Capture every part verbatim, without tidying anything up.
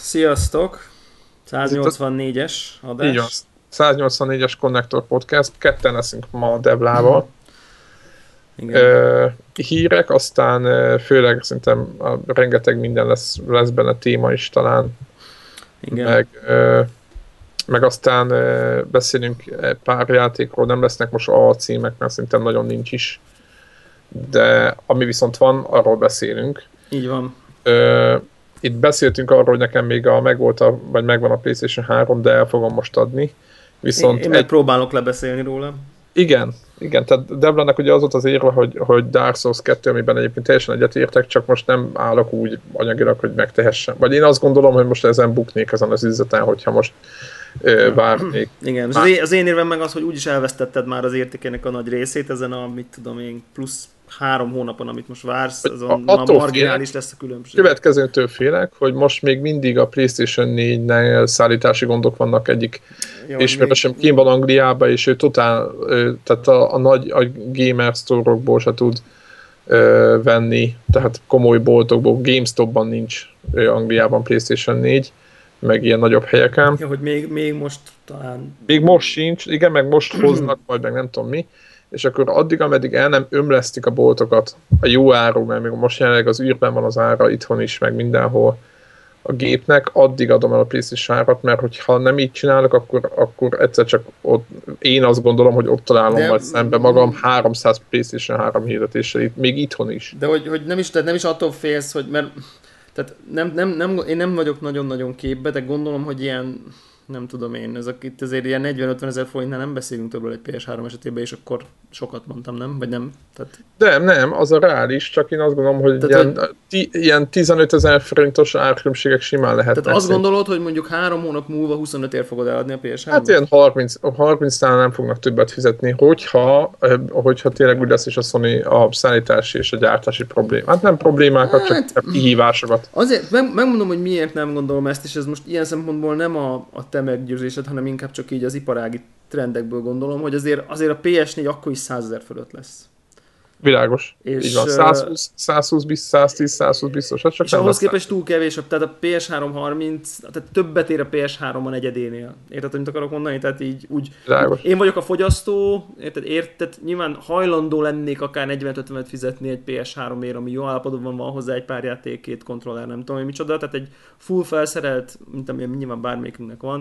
Sziasztok! száznyolcvannégyes adás. Így van. száznyolcvannégyes Connector Podcast. Ketten leszünk ma a Deblával. Uh, hírek, aztán uh, főleg szerintem uh, rengeteg minden lesz, lesz benne téma is talán. Igen. Meg, uh, meg aztán uh, beszélünk pár játékról, nem lesznek most A címek, mert szerintem nagyon nincs is. De ami viszont van, arról beszélünk. Így van. Uh, Itt beszéltünk arról, hogy nekem még a, megvolt a, vagy megvan a PlayStation három, de el fogom most adni. Viszont én én megpróbálok lebeszélni róla. Igen, igen, tehát Deblának ugye az volt az érve, hogy, hogy Dark Souls kettő, amiben egyébként teljesen egyetértek, csak most nem állok úgy anyagilag, hogy megtehessen. Vagy én azt gondolom, hogy most ezen buknék ezen az üzleten, hogyha most ö, várnék. Igen, az, én, az én érvem meg az, hogy úgyis elvesztetted már az értékének a nagy részét ezen a, mit tudom én, plusz három hónapon, amit most vársz, azon a, a marginális lesz a különbség. Következőtől félek, hogy most még mindig a PlayStation négynél szállítási gondok vannak egyik ismerősöm kín van Angliába, és ő totál, tehát a, a nagy a gamer store-okból se tud ö, venni, tehát komoly boltokból, GameStopban nincs Angliában PlayStation négy, meg ilyen nagyobb helyeken. Ja, hogy még, még most talán... Még most sincs, igen, meg most hoznak, majd meg nem tudom mi. És akkor addig, ameddig el nem ömlesztik a boltokat a jó áru, mert még most jelenleg az űrben van az ára, itthon is, meg mindenhol a gépnek, addig adom el a PlayStation három-at, mert hogyha nem így csinálok, akkor, akkor egyszer csak ott, én azt gondolom, hogy ott találom de, majd szembe magam háromszáz PlayStation három hirdetéssel, itt, még itthon is. De hogy, hogy nem, is, tehát nem is attól félsz, hogy mert tehát nem, nem, nem, én nem vagyok nagyon-nagyon képbe, de gondolom, hogy ilyen nem tudom én, ezek itt azért ilyen negyven-ötven ezer forintnál nem beszélünk többről egy P S három esetében, és akkor sokat mondtam, nem? Vagy nem? Tehát... Nem, nem, az a reális, csak én azt gondolom, hogy tehát, ilyen, hogy... Ti, ilyen tizenöt ezer forintos árkülönbségek simán lehetnek. Tehát azt gondolod, hogy mondjuk három hónap múlva huszonöt ér fogod eladni a P S három-at? Hát ilyen harminc, harmincnál nem fognak többet fizetni, hogyha, hogyha tényleg úgy lesz is a Sony a szállítási és a gyártási problémák. Hát nem problémákat, hát, csak kihívásokat. Azért meg, megmondom, hogy miért nem gondolom ezt, és ez most ilyen szempontból nem a, a te meggyőzésed, hanem inkább csak így az iparági trendekből gondolom, hogy azért, azért a P S négy akkor is százezer fölött lesz. Világos. És így van. százhúsz, százhúsz, száztíz, százhúsz biztos. Hát csak és ahhoz képest túl kevés, tehát a P S három harminc, tehát többet ér a P S három a negyedénél. Érted, amit akarok mondani? Tehát így úgy, úgy én vagyok a fogyasztó, érted, érted, nyilván hajlandó lennék akár negyven-ötvenet fizetni egy P S háromért, ami jó állapotban van hozzá egy pár játék, két kontroller, nem tudom, hogy micsoda, tehát egy full felszerelt, mint amilyen nyilván bármelyikünknek van,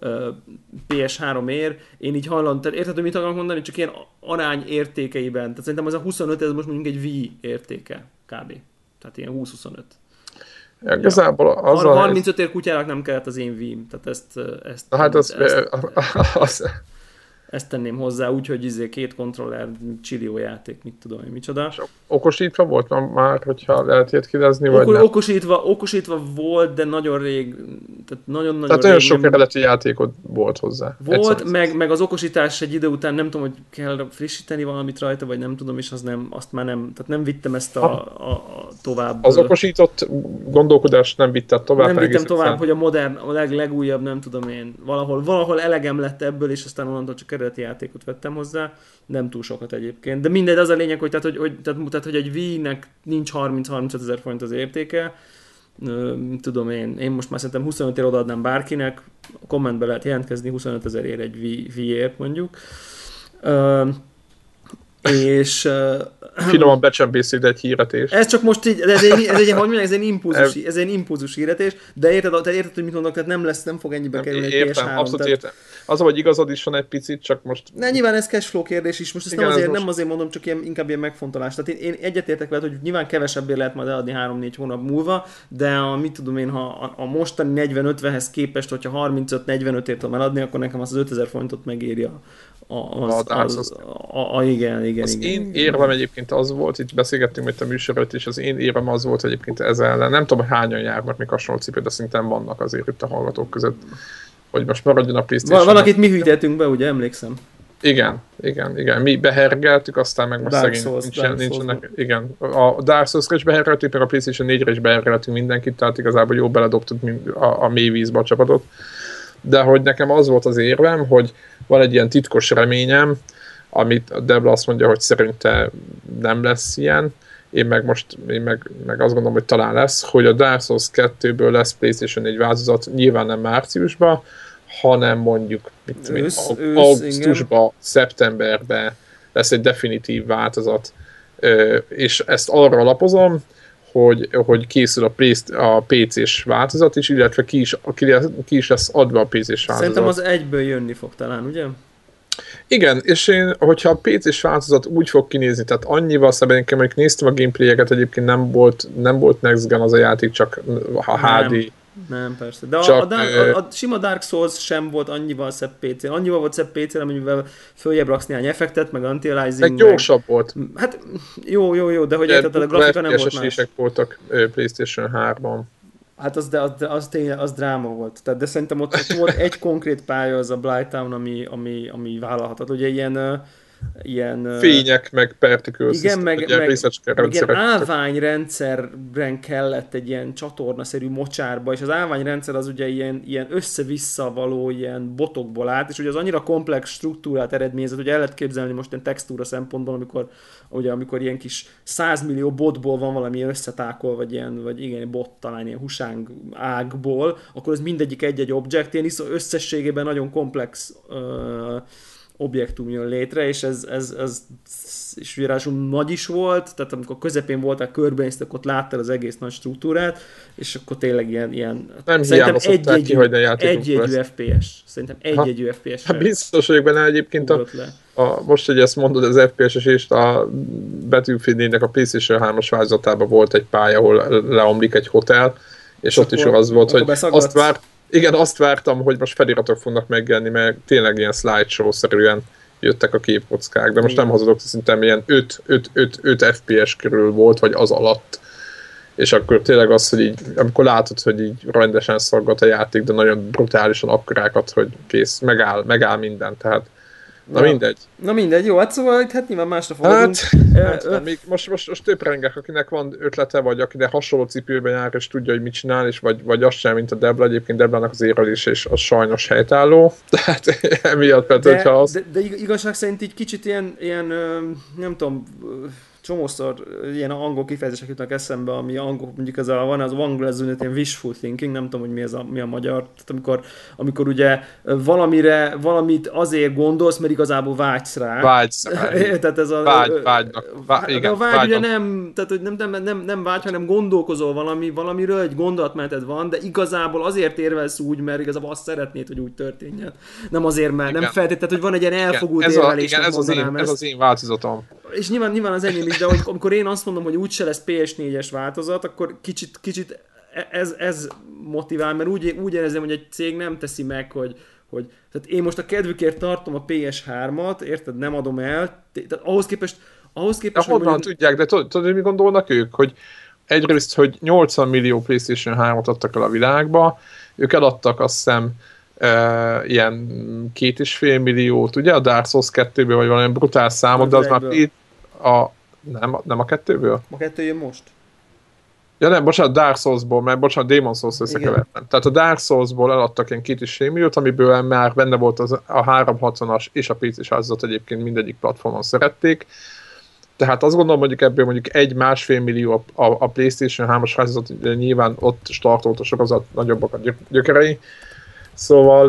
P S háromért, én így hajlandó, tehát érted, hogy mit akarok mondani, csak ilyen arány értékeiben, tehát szerintem az a huszonöt, ez most mondjuk egy Wii értéke kb. Tehát ilyen húsz-huszonöt. Ja, igazából az a harmincöt ér kutyának nem kellett az én Wii-m, tehát ezt, ezt, Na, hát az, ezt, az, az, ezt tenném hozzá, úgyhogy izé két kontroller, csillió játék, mit tudom én, micsoda. Okosítva volt már, hogyha lehet ilyet kidezni, vagy Oko, okosítva, okosítva volt, de nagyon rég, tehát nagyon-nagyon Tehát nagyon sok eredeti játékot volt hozzá. Volt, meg, meg az okosítás egy idő után nem tudom, hogy kell frissíteni valamit rajta, vagy nem tudom, és az nem, azt már nem, tehát nem vittem ezt a, a, a tovább. Az okosított gondolkodást nem vittem tovább. Nem vittem tovább, szám. Hogy a modern, a leg, legújabb, nem tudom én, valahol, valahol elegem lett ebből, és aztán onnantól csak eredeti játékot vettem hozzá, nem túl sokat egyébként. De mindegy, az a lényeg, hogy, tehát, hogy, hogy, tehát, tehát, hogy egy Wii-nek nincs harminc-harmincöt ezer forint az értéke, tudom én, én most már szerintem huszonöt ér odaadnám bárkinek, a kommentbe lehet jelentkezni, huszonöt ezer ér egy Wii-ért mondjuk. Uh, és... Uh, Finoman becsempészik egy híretés. Ez csak most így, ez egy, ez egy, hogy mondják, ez egy impulzus, ez egy impulzus híretés, de érted, te érted, hogy mit mondok, tehát nem lesz, nem fog ennyibe kerülni egy P S három. Abszolút értem. Az, hogy igazad is van egy picit, csak most... Ne, nyilván ez cashflow kérdés is, most ezt igen, nem, azért, most... nem azért mondom, csak ilyen, inkább ilyen megfontolás. Tehát én, én egyetértek veled, hogy nyilván kevesebbé lehet majd eladni három-négy hónap múlva, de a, mit tudom én, ha a, a mostani negyven-ötvenhez képest, hogyha harmincöt-negyvenötért tudom eladni, akkor nekem az, az ötezer forintot megéri a, a, az, a, az, az, a, a, igen, igen, az igen. én érvem egyébként az volt, itt beszélgettünk itt a műsor előtt, és az én érvem az volt egyébként ezzel ellen. Nem tudom, hányan járnak még hasonló cipőt, de szerintem vannak azért itt a hallgatók között, hogy most maradjon a PlayStation. Van, akit mi hűítettünk be, ugye, emlékszem. Igen, igen, igen. Mi behergeltük, aztán meg most szegény nincsen, nincsenek. Igen, a Dark Souls-ra is behergeltük, meg a PlayStation négyre is behergeltünk mindenkit, tehát igazából jó beledobtuk a, a mély vízbe a csapatot. De hogy nekem az volt az érvem, hogy van egy ilyen titkos reményem, amit a Debla azt mondja, hogy szerinte nem lesz ilyen, én meg most, én meg, meg azt gondolom, hogy talán lesz, hogy a Dark Souls kettőből lesz PlayStation négy változat, nyilván nem márciusban, hanem mondjuk mit ősz, én, ősz, augusztusban, szeptemberben lesz egy definitív változat, és ezt arra alapozom, hogy, hogy készül a, Play, a pé cés változat is, illetve ki is, ki is lesz adva a pé cés változat. Szerintem az egyből jönni fog talán, ugye? Igen, és én, hogyha a pé cés változat úgy fog kinézni, tehát annyival szemben, én mondjuk néztem a gameplayeket, egyébként nem volt, nem volt Next Gen az a játék, csak a há dé. Nem. Nem, persze. De csak, a, a, a, a sima Dark Souls sem volt annyival szebb pé cén. Annyival volt szebb pé cén, amivel följebb raksz néhány effektet, meg anti-aliasing. Meg gyorsabb meg... volt. Hát jó, jó, jó, de hogy érted, a grafika nem volt más. voltak PlayStation háromban. Hát az, de az, de az tényleg, az dráma volt. Tehát, de szerintem ott, ott volt egy konkrét pálya, az a Blighttown, ami, ami, ami vállalhatott. Ugye ilyen ilyen... Fények, meg particles. Igen, meg, meg, meg ilyen állványrendszerben kellett egy ilyen csatornaszerű mocsárba, és az állványrendszer az ugye ilyen, ilyen össze-vissza való ilyen botokból állt, és ugye az annyira komplex struktúrát eredményezett, hogy el lehet képzelni most ilyen textúra szempontból, amikor, ugye, amikor ilyen kis százmillió botból van valami összetákol, vagy ilyen, vagy igen, bot talán ilyen husáng ágból, akkor ez mindegyik egy-egy objekt, ilyen összességében nagyon komplex uh, objektum jön létre, és ez, ez, ez és ugye ráadásul nagy is volt, tehát amikor közepén voltál, körbenéztek, ott láttál az egész nagy struktúrát, és akkor tényleg ilyen, ilyen nem szerintem egy-egyű egy ef pé es. Szerintem egy-egyű ef pé es. Hát biztos vagyok benne egyébként a, a, most, hogy ezt mondod, az ef pé es-es és a Battlefield négynek a PlayStation hármas változatában volt egy pálya, ahol leomlik egy hotel, és, és ott is az volt, hogy azt várt, igen, azt vártam, hogy most feliratok fognak megjelenni, mert tényleg ilyen slideshow-szerűen jöttek a képkockák, de most igen. Nem hazudok, szerintem ilyen öt ef pé es körül volt, vagy az alatt. És akkor tényleg az, hogy így, amikor látod, hogy így rendesen szaggat a játék, de nagyon brutálisan akkorákat, hogy kész, megáll, megáll minden, tehát na ja. mindegy. Na mindegy, jó, hát szóval hát nyilván másra fogadunk. Hát, nem még most, most, most több rengek, akinek van ötlete, vagy akinek hasonló cipőben jár, és tudja, hogy mit csinál, és vagy, vagy azt sem, mint a Debla. Egyébként Deblának az érrelés, és az sajnos helytálló. Tehát emiatt, mert de, hogyha az... De, de igazság szerint így kicsit ilyen, ilyen nem tudom, csomószor ilyen angol kifejezések jutnak eszembe, ami angol, mondjuk ez a, van az angol ilyen wishful thinking, nem tudom, hogy mi, ez a, mi a magyar, tehát amikor, amikor ugye valamire, valamit azért gondolsz, mert igazából vágysz rá. Vágysz rá. Tehát ez a, vágy, vágynak. Vá, igen, a vágy vágynak. Ugye nem, tehát hogy nem, nem, nem, nem vágy, hanem gondolkozol valami, valamiről, egy gondolatmeneted van, de igazából azért érvelsz úgy, mert igazából azt szeretnéd, hogy úgy történjen. Nem azért, mert igen. nem feltétlenül, hogy van egy ilyen elfogult igen, ez érvelés. A, igen, ez az, én, ez az én változatom. És nyilván, nyilván az enyém is, de hogy, amikor én azt mondom, hogy úgyse lesz pé es négyes változat, akkor kicsit, kicsit ez, ez motivál, mert úgy, úgy érzem, hogy egy cég nem teszi meg, hogy, hogy tehát én most a kedvükért tartom a pé es hármat, érted, nem adom el, tehát ahhoz képest, ahhoz képest de honnan mondjuk... tudják, de tudod, tudod, mi gondolnak ők, hogy egyrészt, hogy nyolcvan millió PlayStation hármat adtak el a világba, ők eladtak azt hiszem Uh, ilyen két és fél milliót, ugye a Dark Souls kettőből, vagy valami brutál számok, de az már két, a, nem, nem a kettőből? A kettő jön most. Ja nem, bocsánat, Dark Soulsból, mert bocsánat, Demon Souls összekevertem. Tehát a Dark Soulsból eladtak ilyen két és fél milliót, amiből már benne volt az, a háromszázhatvanas és a pé cés változat, egyébként mindegyik platformon szerették. Tehát azt gondolom, mondjuk ebből mondjuk egy-másfél millió a, a, a PlayStation hármas változat, nyilván ott startolt a sorozat nagyobbak a gyökerei. Szóval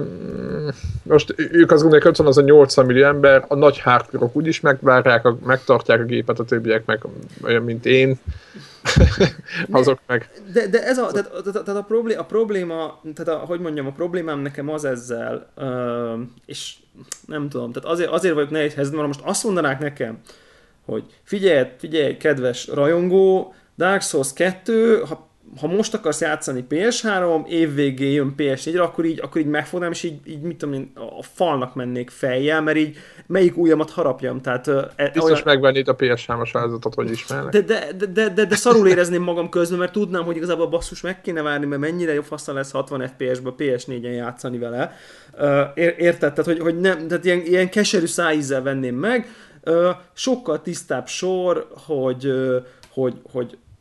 most ők azt gondolják, hogy ott van az a nyolcvan millió ember, a nagy hardcore-ok úgyis megvárják, megtartják a gépet, a többiek meg olyan, mint én. Azok meg. De, de ez a, tehát, tehát a, probléma, a probléma, tehát a, hogy mondjam, a problémám nekem az ezzel, és nem tudom, tehát azért, azért vagyok nehéz helyzetben, mert most azt mondanák nekem, hogy figyelj, figyelj, kedves rajongó, Dark Souls kettő, ha ha most akarsz játszani pé es három, évvégén jön pé es négyre, akkor így, akkor így megfognám, és így, így mit tudom én, a falnak mennék fejjel, mert így melyik ujjamat harapjam, tehát... E, biztos olyan... megvennéd a pé es hármas változatot, hogy ismernek. De, de, de, de, de, de szarul érezném magam közben, mert tudnám, hogy igazából basszus meg kéne várni, mert mennyire jobb faszal lesz hatvan ef pé es-ben pé es négyen játszani vele. Érted? Tehát, hogy, hogy nem, tehát ilyen, ilyen keserű szájízzel venném meg. Sokkal tisztább sor, hogy, hogy, hogy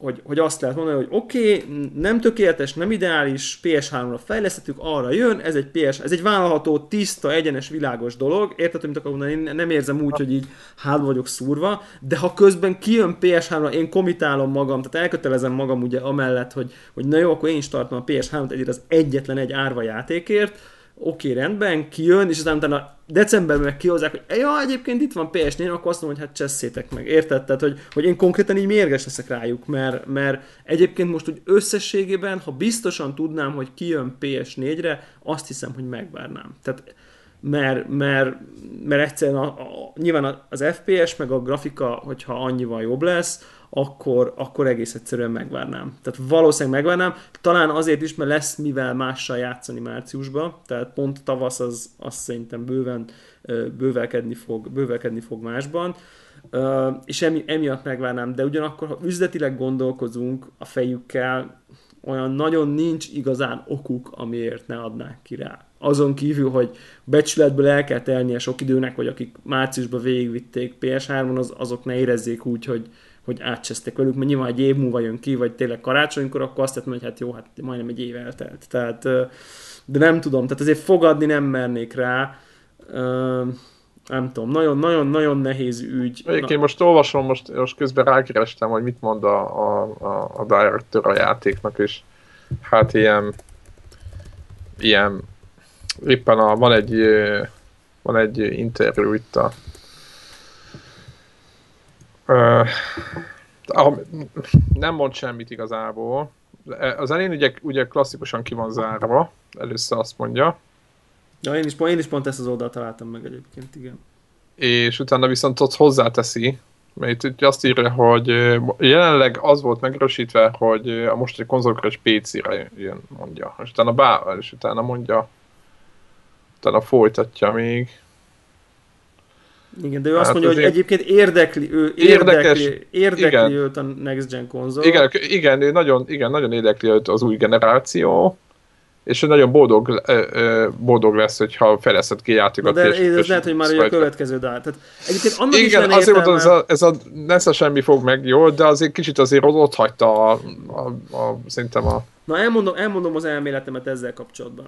hogy, hogy azt lehet mondani, hogy oké, okay, nem tökéletes, nem ideális, pé es háromra fejlesztettük, arra jön, ez egy pé es, ez egy vállalható, tiszta, egyenes, világos dolog, érted, amit akarok mondani, én nem érzem úgy, hogy így hátba vagyok szúrva, de ha közben kijön pé es háromra, én komitálom magam, tehát elkötelezem magam ugye amellett, hogy, hogy na jó, akkor én is tartom a pé es hármat egyébként az egyetlen egy árva játékért, oké, okay, rendben, kijön, és aztán utána decemberben meg kihozzák, hogy ja, egyébként itt van pé es négy, akkor azt mondom, hogy hát csesszétek meg, érted? Tehát, hogy, hogy én konkrétan így mérges leszek rájuk, mert, mert egyébként most úgy összességében, ha biztosan tudnám, hogy kijön pé es négyre, azt hiszem, hogy megvárnám. Tehát, mert, mert, mert egyszerűen a, a, nyilván az ef pé es meg a grafika, hogyha annyival jobb lesz, akkor, akkor egész egyszerűen megvárnám. Tehát valószínűleg megvárnám, talán azért is, mert lesz mivel mással játszani márciusban, tehát pont tavasz az, az szerintem bőven bővelkedni fog, bővelkedni fog másban, és emi, emiatt megvárnám, de ugyanakkor, ha üzletileg gondolkozunk a fejükkel, olyan nagyon nincs igazán okuk, amiért ne adnák ki rá. Azon kívül, hogy becsületből el kell telnie sok időnek, vagy akik márciusban végigvitték pé es hármon, az, azok ne érezzék úgy, hogy hogy átcsesztek velük, mert nyilván egy év múlva jön ki, vagy tényleg karácsonykor, akkor azt tettem, hogy hát jó, hát majdnem egy év eltelt. Tehát, de nem tudom, tehát azért fogadni nem mernék rá. Nem tudom, nagyon-nagyon-nagyon nehéz ügy. Egyébként most olvasom, most, most közben rákerestem, hogy mit mond a, a, a, a director a játéknak, és hát ilyen ilyen éppen a, van egy van egy interjú itt a Uh, nem mond semmit igazából. Az elején ugye, ugye klasszikusan ki van zárva, először azt mondja. Ja, én is, én is pont ezt az oldalt találtam meg egyébként, igen. És utána viszont ott hozzáteszi, mert itt azt írja, hogy jelenleg az volt megerősítve, hogy a mostani konzolokra és pé cére jön, mondja. És utána, bá, és utána mondja, utána folytatja még. Igen, de ő hát azt mondja, hogy egyébként érdekli, ő érdekli, érdekes, érdekli őt a Next Gen konzol. Igen, igen, ő nagyon, igen, nagyon érdekli őt az új generáció, és ő nagyon boldog, boldog lesz, hogyha fejlesztett ki játékot. De ez és lehet, hogy már a következő dál. Tehát egyébként annak igen, is lenne azért értelme... mondom, ez a, ez a nesze semmi fog meg jól, de azért kicsit azért ott hagyta a, a, a, szerintem a... Na elmondom, elmondom az elméletemet ezzel kapcsolatban.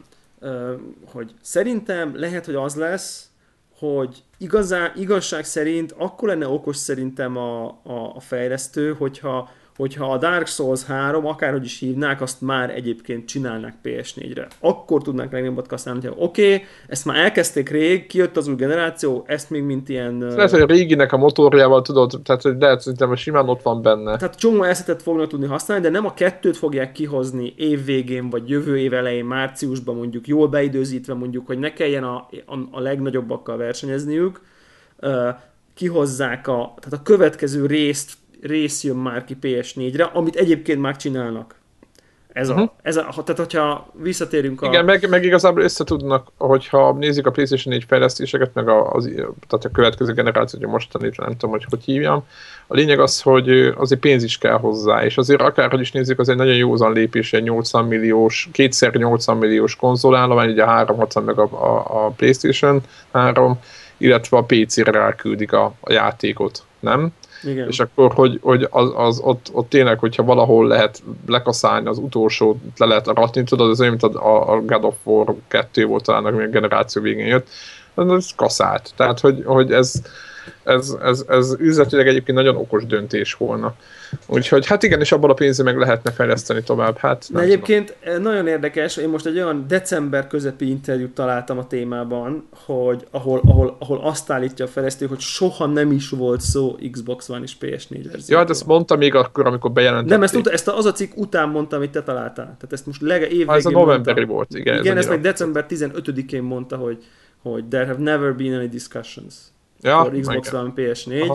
Hogy szerintem lehet, hogy az lesz, hogy igazán, igazság szerint akkor lenne okos szerintem a, a, a fejlesztő, hogyha, hogyha a Dark Souls három, akárhogy is hívnák, azt már egyébként csinálnák pé es négyre. Akkor tudnánk legjobbat használni, hogy oké, okay, ezt már elkezdték rég, kijött az új generáció, ezt még mint ilyen... Lehet, hogy a réginek a motorjával tudod, tehát hogy lehet, szerintem simán ott van benne. Tehát csomó eszetet fognak tudni használni, de nem a kettőt fogják kihozni év végén, vagy jövő év elején, márciusban mondjuk, jól beidőzítve mondjuk, hogy ne kelljen a, a, a legnagyobbakkal versenyezniük. Uh, kihozzák a, tehát a következő részt, rész jön már ki pé es négyre, amit egyébként már csinálnak. Ez uh-huh. a, ez a, tehát hogyha visszatérünk a... Igen, meg, meg igazából össze tudnak, hogyha nézzük a PlayStation négy fejlesztéseket, meg a, az, tehát a következő generáció, hogy mostani, nem tudom, hogy hogy hívjam. A lényeg az, hogy azért pénz is kell hozzá, és azért akárhogy is nézzük, az egy nagyon józan lépés, egy nyolcvan milliós, kétszer nyolcvan milliós konzolállomány, ugye háromszázhatvan meg a, a, a PlayStation három, illetve a pé cére ráküldik a, a játékot, nem? Igen. És akkor, hogy, hogy az, az ott, ott tényleg, hogyha valahol lehet lekaszálni az utolsó, le lehet aratni, tudod, az olyan, mint a, a God of War kettő volt talán, ami a generáció végén jött, ez kaszált. Tehát, hogy, hogy ez, ez, ez, ez üzletileg egyébként nagyon okos döntés volna. Úgyhogy hát igen, és abban a pénzzel meg lehetne fejleszteni tovább. Hát, de egyébként tudom. Nagyon érdekes, én most egy olyan december közepi interjút találtam a témában, hogy ahol, ahol, ahol azt állítja a fejlesztő, hogy soha nem is volt szó Xbox One és pé es négy verzióról. Ja, hát ezt mondta még akkor, amikor bejelentették. Nem, ezt, ezt az a cikk után mondta, amit te találtál. Tehát ezt most lege év ha, ez a novemberi volt, igen. Igen, ez ezt meg december tizenötödikén mondta, hogy, hogy there have never been any discussions ja, for Xbox One pé es négy.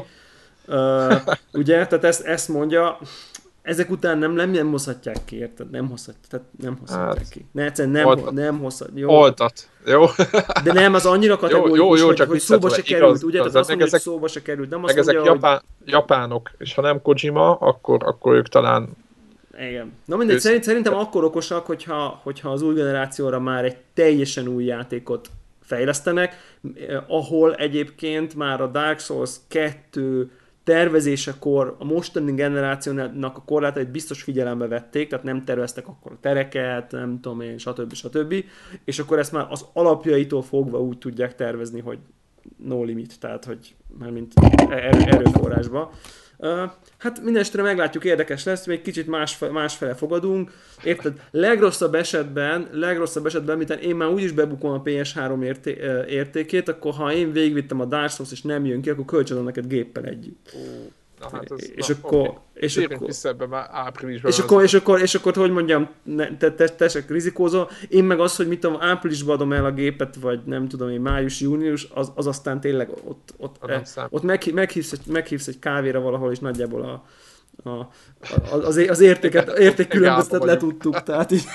Uh, ugye, tehát ezt, ezt mondja, ezek után nem, nem, nem hozhatják ki, érted? Nem hozhatják, tehát nem hozhatják hát, ki. Ne, egyszerűen nem, oltat. nem hozhatják. Jó. Oltat. Jó. De nem, az annyira kategórikus, jó, jó, jó, hogy, hogy szóba se került, igaz, ugye? Tehát azt mondja, ezek, hogy szóba se került. Nem meg azt ezek mondja, japán, hogy... japánok, és ha nem Kojima, akkor, akkor ők talán... Igen. Na mindegy, szerint, szerintem akkor okosak, hogyha, hogyha az új generációra már egy teljesen új játékot fejlesztenek, ahol egyébként már a Dark Souls kettő tervezésekor a mostani generációnak a korlátait biztos figyelembe vették, tehát nem terveztek akkor a tereket, nem tudom én, stb. stb. És akkor ezt már az alapjaitól fogva úgy tudják tervezni, hogy no limit, tehát hogy már mint erő, erőforrásba. Uh, hát minden esetre meglátjuk, érdekes lesz, még kicsit más, másfele fogadunk. Érted? Legrosszabb esetben, legrosszabb esetben, mint én már úgyis bebukom a pé es három érté, értékét, akkor ha én végigvittem a Dark Souls és nem jön ki, akkor kölcsönöm neked géppel együtt. Na hát ez, és, na, akkor, okay. és, akkor, és, akkor, már áprilisban és, akkor, és, akkor, és akkor, hogy mondjam, ne, te, te, tesek rizikózol, én meg az, hogy mit tudom, áprilisban adom el a gépet, vagy nem tudom én, május, június, az, az aztán tényleg ott, ott, e, ott meghív, meghívsz, egy, meghívsz egy kávéra valahol, és nagyjából a, a, az, az értéket, értékkülönböztet letudtuk, tehát így.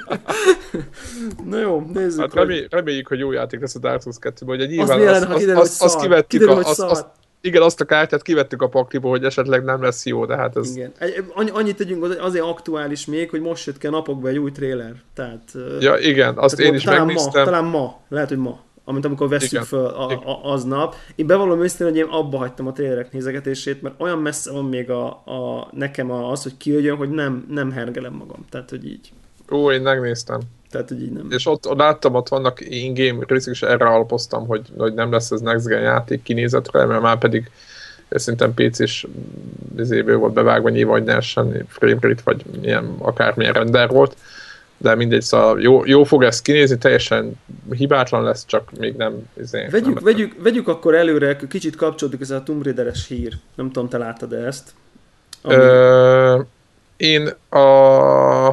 Na jó, nézzük. Hát remély, reméljük, hogy jó játék lesz a Dark Souls kettőben, hogy nyilván az, az, az, az, az, az kivettük, kiderül, a, az, az, igen, azt a kártyát kivettük a pakliból, hogy esetleg nem lesz jó, de hát ez... Igen. Annyit tegyünk, azért aktuális még, hogy most jött ki a napokban egy új trailer. Tehát, ja, igen, azt én is talán megnéztem. Ma, talán ma, lehet, hogy ma, amint amikor vesszük föl a, a, aznap. Én bevallom őszintén, hogy én abba hagytam a trailerek nézegetését, mert olyan messze van még a, a, nekem az, hogy kijöjjön, hogy nem, nem hergelem magam. Tehát, hogy így. Ó, én megnéztem. Tehát, hogy így nem. És ott, ott láttam, ott vannak in-game részek, és erre alapoztam, hogy, hogy nem lesz ez next gen játék kinézetre, mert már pedig szerintem pé cés izéből volt bevágva nyilván, hogy ne essen frame rate, vagy ilyen, akármilyen render volt. De mindegy, szóval jó, jó fog ezt kinézni, teljesen hibátlan lesz, csak még nem... Izé, vegyük, nem vegyük, vegyük akkor előre, kicsit kapcsolódik ez a Tomb Raider-es hír. Nem tudom, te láttad ezt? Ami... Ö, én a...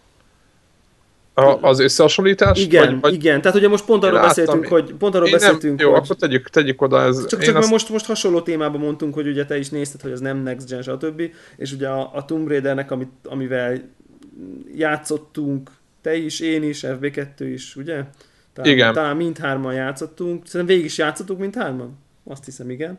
A, az összehasonlítás? Igen, vagy, vagy igen. Tehát ugye most pont arról láttam, beszéltünk, hogy pont arról beszéltünk, nem, jó, hogy... akkor tegyük, tegyük oda. Ez, csak csak azt... most, most hasonló témában mondtunk, hogy ugye te is nézted, hogy az nem next gen, stb. És ugye a, a Tomb Raidernek, amit, amivel játszottunk, te is, én is, ef bé kettő is, ugye? Talán, igen. Talán mindhárman játszottunk. Szerintem végig is játszottunk mindhárman? Azt hiszem, igen.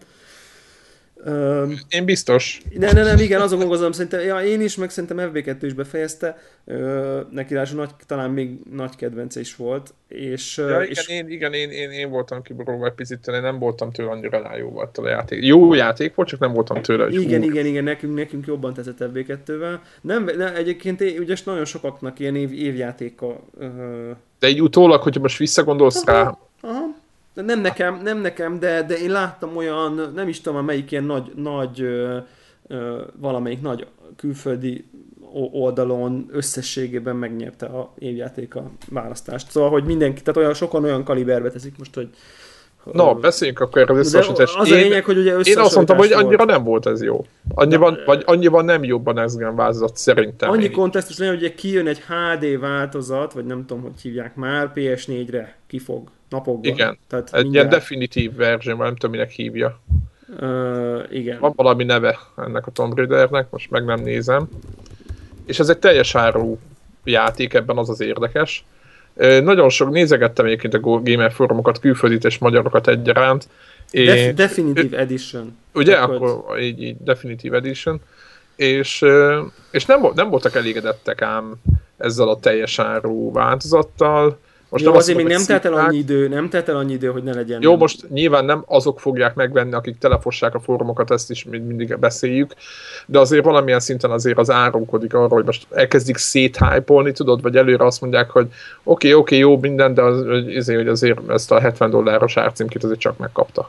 Um, én biztos. Ne, ne, nem, igen, azon gondolom, szerintem, ja, én is, meg szerintem ef bé kettő is befejezte, uh, neki ráadásul nagy, talán még nagy kedvence is volt, és... Ja, igen, és... én, igen én, én, én voltam kiborulva egy picit, én nem voltam tőle annyira rá jó volt a játék. Jó játék volt, csak nem voltam tőle, hogy igen, hú. igen, igen, nekünk, nekünk jobban tetszett ef bé kettővel. Nem, nem, egyébként ugye nagyon sokaknak ilyen év, évjátéka... Uh... De így utólag, hogyha most visszagondolsz aha, rá... Aha. De nem nekem, nem nekem, de, de én láttam olyan, nem is tudom, melyik ilyen nagy, nagy ö, ö, valamelyik nagy külföldi oldalon összességében megnyerte a évjátéka választást. Szóval, hogy mindenki, tehát olyan sokan olyan kaliberbe teszik most, hogy... Na, beszéljünk akkor erről az összehasonlítást. Az a lényeg, hogy ugye Én azt mondtam, hogy annyira volt. Nem volt ez jó. Annyiban, de, vagy annyiban nem jobb a next gen változat szerintem. Annyi kontextus lenne, hogy kijön egy há dé változat, vagy nem tudom, hogy hívják már, pé es négyre kifog napokban. Igen, tehát egy mindjárt... ilyen definitív verzió, nem tudom, minek hívja. Uh, igen. Van valami neve ennek a Tomb Raidernek, most meg nem nézem. És ez egy teljes áru játék, ebben az az érdekes. Nagyon sok, nézegettem egyébként a Gamer fórumokat, külföldit és magyarokat egyaránt. Def- Definitive Edition. Ugye? Tehát, akkor hogy... így, így Definitive Edition. És, és nem, nem voltak elégedettek ám ezzel a teljes áru változattal. Most jó, azért még nem telt el annyi idő, nem telt el annyi idő, hogy ne legyen. Jó, nem. Most nyilván nem azok fogják megvenni, akik telefossák a fórumokat, ezt is mindig beszéljük, de azért valamilyen szinten azért az árulkodik arra, hogy most elkezdik széthypolni, tudod, vagy előre azt mondják, hogy oké, okay, oké, okay, jó minden, de az, azért, hogy azért ezt a hetven dolláros árcímkét azért csak megkapta.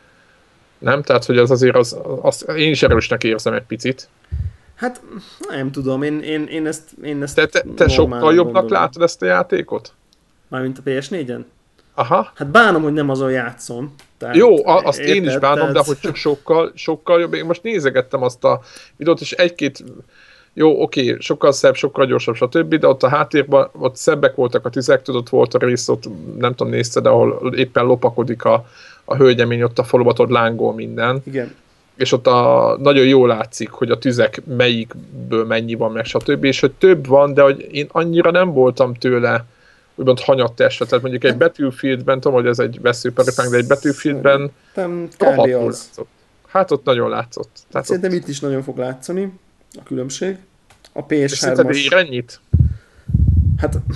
Nem? Tehát, hogy az azért, az, az, én is erősnek érzem egy picit. Hát, nem tudom, én, én, én ezt, én ezt Te, te, te sokkal jobbnak gondolom. Látod ezt a játékot? Mármint a pé es négyen? Aha. Hát bánom, hogy nem azon játszom. Tehát, jó, azt érted, én is bánom, tehát... de hogy csak sokkal, sokkal jobb. Én most nézegettem azt a videót, és egy-két, jó, oké, sokkal szebb, sokkal gyorsabb, stb., de ott a háttérben, ott szebbek voltak a tüzek, tudod, volt a rész, ott nem tudom, nézted, ahol éppen lopakodik a, a hölgyemény, ott a faluban, ott lángol minden. Igen. És ott a, nagyon jól látszik, hogy a tüzek melyikből mennyi van, meg stb., és hogy több van, de hogy én annyira nem voltam tőle úgymond hanyattesve, tehát mondjuk egy Battlefieldben, tudom, hogy ez egy veszőparipánk, de egy Battlefieldben rohadtul látszott. Hát ott nagyon látszott. Tehát szerintem ott... itt is nagyon fog látszani a különbség. A pé es hármas... És szerinted ér ennyit? Hát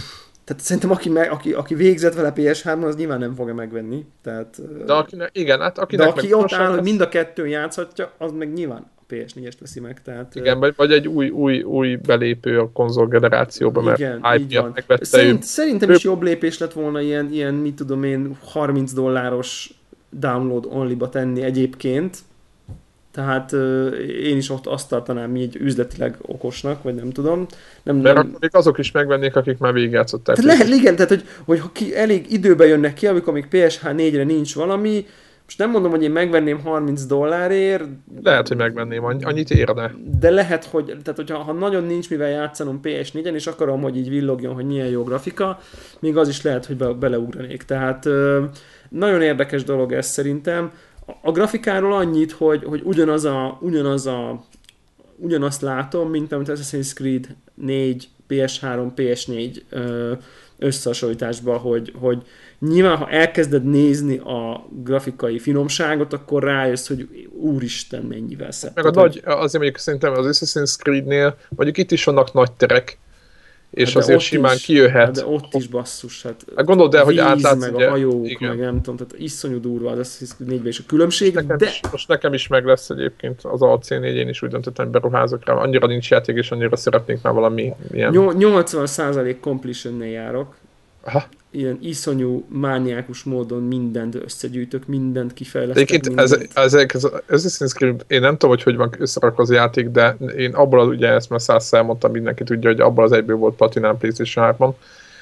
Tehát szerintem aki, me, aki, aki végzett vele pé es háromon, az nyilván nem fogja megvenni. Tehát, De akinek, igen, hát de akinek aki ott áll, lesz, hogy mind a kettőn játszhatja, az meg nyilván a pé es négyest veszi meg. Tehát, igen, vagy, vagy egy új, új, új belépő a konzol generációba, mert igen, hype így van. megvette Szerint, ő. szerintem ő... is jobb lépés lett volna ilyen, ilyen, mit tudom én, harminc dolláros download only-ba tenni egyébként. Tehát uh, én is ott azt tartanám így üzletileg okosnak, vagy nem tudom. Nem, Mert nem... akkor még azok is megvennék, akik már végigjátszották. Tehát lehet, igen, tehát hogy, hogy ha ki elég időben jönnek ki, amikor még pé es há négyre nincs valami, most nem mondom, hogy én megvenném harminc dollárért. Lehet, hogy megvenném, annyit érne. De lehet, hogy tehát, hogyha ha nagyon nincs mivel játszanom pé es négyen, és akarom, hogy így villogjon, hogy milyen jó grafika, még az is lehet, hogy be, beleugranék. Tehát nagyon érdekes dolog ez szerintem. A grafikáról annyit, hogy, hogy ugyanaz a, ugyanaz a, ugyanazt látom, mint amit Assassin's Creed négy, pé es három, pé es négy összehasonlításban, hogy, hogy nyilván, ha elkezded nézni a grafikai finomságot, akkor rájössz, hogy úristen, mennyivel szebb. Meg a nagy, azért mondjuk szerintem az Assassin's Creed-nél, mondjuk itt is vannak nagy terek, és hát azért simán is, kijöhet. De ott is basszus, hát, hát gondold el, hogy átlátsz, meg ugye, a hajók, igen. meg nem tudom, tehát iszonyú durva az Assassin's Creed négyben is a különbség, most nekem, de... is, most nekem is meg lesz egyébként az á cé négy, én is úgy döntöttem, beruházok rá, annyira nincs játék, és annyira szeretnék már valami ilyen... nyolcvan százalék completion-nél járok. Aha. Ilyen iszonyú, mániákus módon mindent összegyűjtök, mindent kifejlesztek. Egyébként ez, ez, ez, ez Assassin's Creed, én nem tudom, hogy hogy van összerakva az játék, de én abból az, ugye ezt már százszer mondtam, mindenki tudja, hogy abból az egyből volt platinán PlayStation háromon,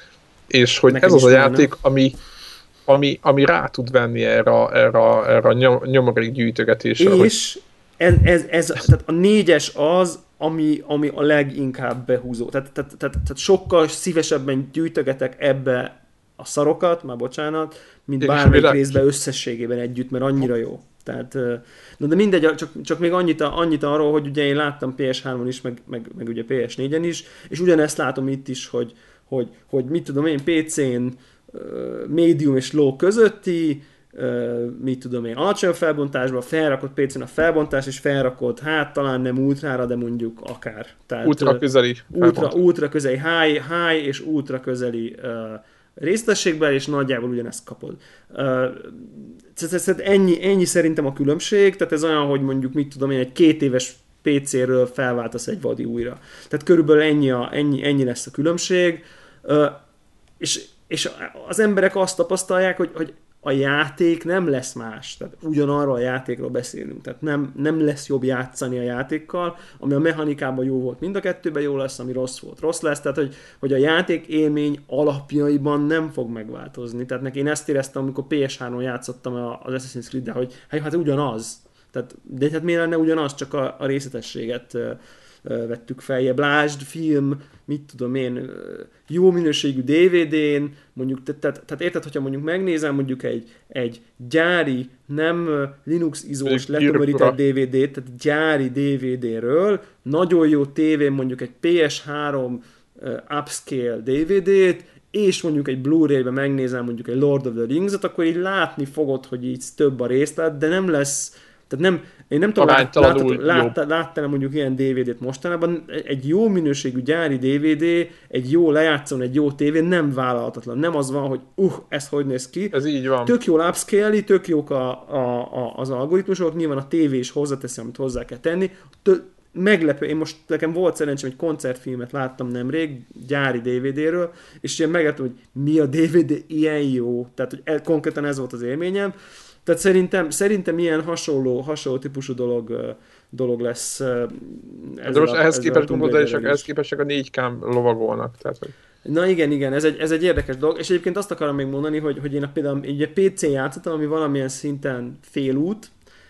és hogy nekem ez az a játék, nem. ami, ami, ami rá tud venni erre, erre, erre a nyom, nyomorék gyűjtögetésre. És hogy... ez, ez, ez, tehát a négyes az, ami, ami a leginkább behúzó. Tehát, tehát, tehát, tehát sokkal szívesebben gyűjtögetek ebbe a szarokat, már bocsánat, mint bármelyik részben összességében együtt, mert annyira jó. Tehát, na de mindegy, csak, csak még annyit, annyit arról, hogy ugye én láttam pé es háromon is, meg, meg, meg ugye pé es négyen is, és ugyanezt látom itt is, hogy, hogy, hogy mit tudom én, pé cén medium és low közötti, Uh, mit tudom én, alacsony felbontásban, felrakod pé cén a felbontás, és felrakod, hát talán nem ultrára, de mondjuk akár. Tehát, ultra közeli. Ultra, ultra közeli, high, high és ultra közeli uh, részletességben, és nagyjából ugyanezt kapod. Uh, ennyi, ennyi szerintem a különbség, tehát ez olyan, hogy mondjuk mit tudom én, egy két éves pé céről felváltasz egy vadi újra. Tehát körülbelül ennyi, a, ennyi, ennyi lesz a különbség, uh, és, és az emberek azt tapasztalják, hogy, hogy a játék nem lesz más, tehát ugyanarról a játékról beszélünk, tehát nem, nem lesz jobb játszani a játékkal, ami a mechanikában jó volt, mind a kettőben jó lesz, ami rossz volt, rossz lesz, tehát hogy, hogy a játék élmény alapjaiban nem fog megváltozni, tehát neki én ezt éreztem, amikor pé es háromon játszottam az Assassin's Creed-del, hogy hát, hát ugyanaz, tehát, de hát miért lenne ugyanaz, csak a, a részletességet vettük feljebb. Lásd, film, mit tudom én, jó minőségű dé vé dén, mondjuk, tehát, tehát érted, hogyha mondjuk megnézem mondjuk egy, egy gyári, nem Linux izós letömörített dé vé dét, tehát gyári dé vé dé-ről, nagyon jó tévén mondjuk egy pé es három uh, upscale dé vé dét, és mondjuk egy Blu-ray-ben megnézem mondjuk egy Lord of the Rings-et, akkor így látni fogod, hogy így több a részlet, de nem lesz. Tehát nem, én nem tudom, láttál látta mondjuk ilyen dé vé dét mostanában, egy jó minőségű gyári dé vé dé, egy jó lejátszón, egy jó tévé nem vállalhatatlan. Nem az van, hogy uh, ez hogy néz ki. Ez így van. Tök jól upscale-i, tök jók a, a, a, az algoritmusok, nyilván a tévé is hozzáteszi, amit hozzá kell tenni. Tö- meglepő, én most nekem volt szerencsém, egy koncertfilmet láttam nemrég, gyári dé vé dé-ről, és ilyen meglepő, hogy mi a dé vé dé ilyen jó. Tehát, hogy el, konkrétan ez volt az élményem. Tehát szerintem, szerintem ilyen hasonló, hasonló típusú dolog, dolog lesz. De most a, ehhez képest gondolod, és ehhez képest a négy ká lovagolnak. Tehát, hogy... Na igen, igen, ez egy, ez egy érdekes dolog, és egyébként azt akarom még mondani, hogy, hogy én a, például egy pé cén játszottam, ami valamilyen szinten félút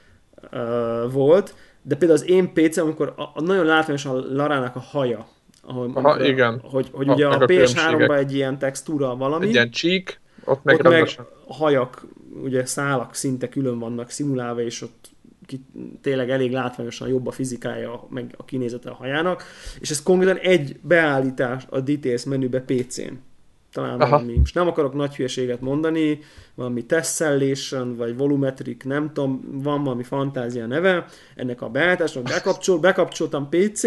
uh, volt, de például az én pé cém, amikor a, a nagyon látványos a Larának a haja, ahol, Aha, amikor, igen. hogy, hogy a, ugye a, a pé es háromban egy ilyen textúra valami. Egy ilyen csík, ott meg, ott meg hajak, ugye szálak szinte külön vannak szimulálva, és ott ki, tényleg elég látványosan jobb a fizikája, meg a kinézete a hajának, és ez konkrétan egy beállítás a Details menübe pé cén. Talán Aha. valami, most nem akarok nagy hülyeséget mondani, valami Tessellation, vagy Volumetric, nem tudom, van valami fantázia neve, ennek a beállításnak bekapcsol, bekapcsoltam pé cén,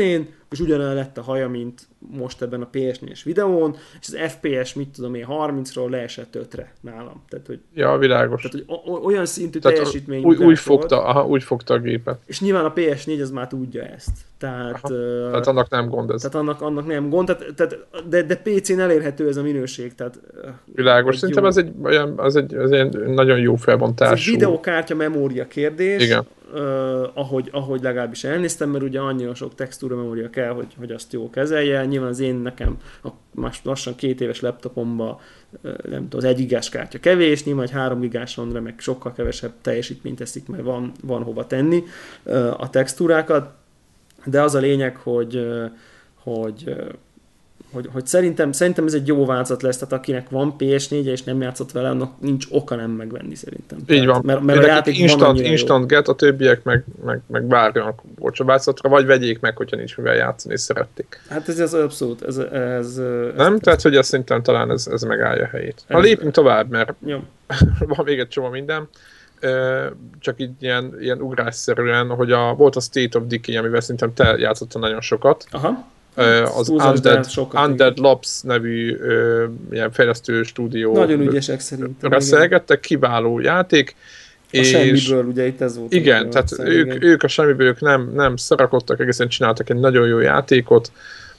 és ugyanolyan lett a haja, mint most ebben a pé es négyes videón, és az ef pé es, mit tudom én, harmincról leesett ötre nálam. Tehát, hogy, ja, világos. Tehát, hogy olyan szintű tehát teljesítmény úgy, úgy fogta, aha, úgy fogta a gépet. És nyilván a pé es négy az már tudja ezt. Tehát, uh, tehát annak nem gond ez. Tehát annak, annak nem gond, tehát, tehát, de, de pé cén elérhető ez a minőség. Tehát, világos, szerintem jó. ez egy, olyan, az egy, az egy nagyon jó felbontású. Ez egy videokártya memória kérdés. Igen. Uh, ahogy, ahogy legalábbis elnéztem, mert ugye annyira sok textúra memória kell, hogy, hogy azt jól kezelje. Nyilván az én nekem a most lassan két éves laptopomba uh, nem tudom, az egy gigás kártya kevés, nyilván egy három gigásonra meg sokkal kevesebb teljesítményt teszik, mert van, van hova tenni uh, a textúrákat. De az a lényeg, hogy, uh, hogy uh, Hogy, hogy szerintem, szerintem ez egy jó változat lesz, tehát akinek van pé es négy és nem játszott vele, annak nincs oka nem megvenni szerintem. Így tehát, van. Mert, mert a játék instant, instant get, a többiek meg, meg, meg várjanak olcsóbb változatra, vagy vegyék meg, hogyha nincs mivel játszani, és szerették. Hát ez az abszolút. Ez, ez, ez, nem? Ez, tehát, hogy ez szerintem talán ez, ez megállja a helyét. Ha lépünk tovább, mert jó. van még egy csomó minden. Csak így ilyen, ilyen ugrásszerűen, hogy a, volt a State of Decay, amivel szerintem te játszottál nagyon sokat. Aha. Az Undead, Undead Labs nevű ö, ilyen fejlesztő stúdió. Nagyon ügyesek szerintem. Reszelgettek, kiváló játék. A és semmiből, ugye itt ez volt. Igen, tehát szerint, ők, igen. ők a semmiből ők nem, nem szarakodtak, egészen csináltak egy nagyon jó játékot,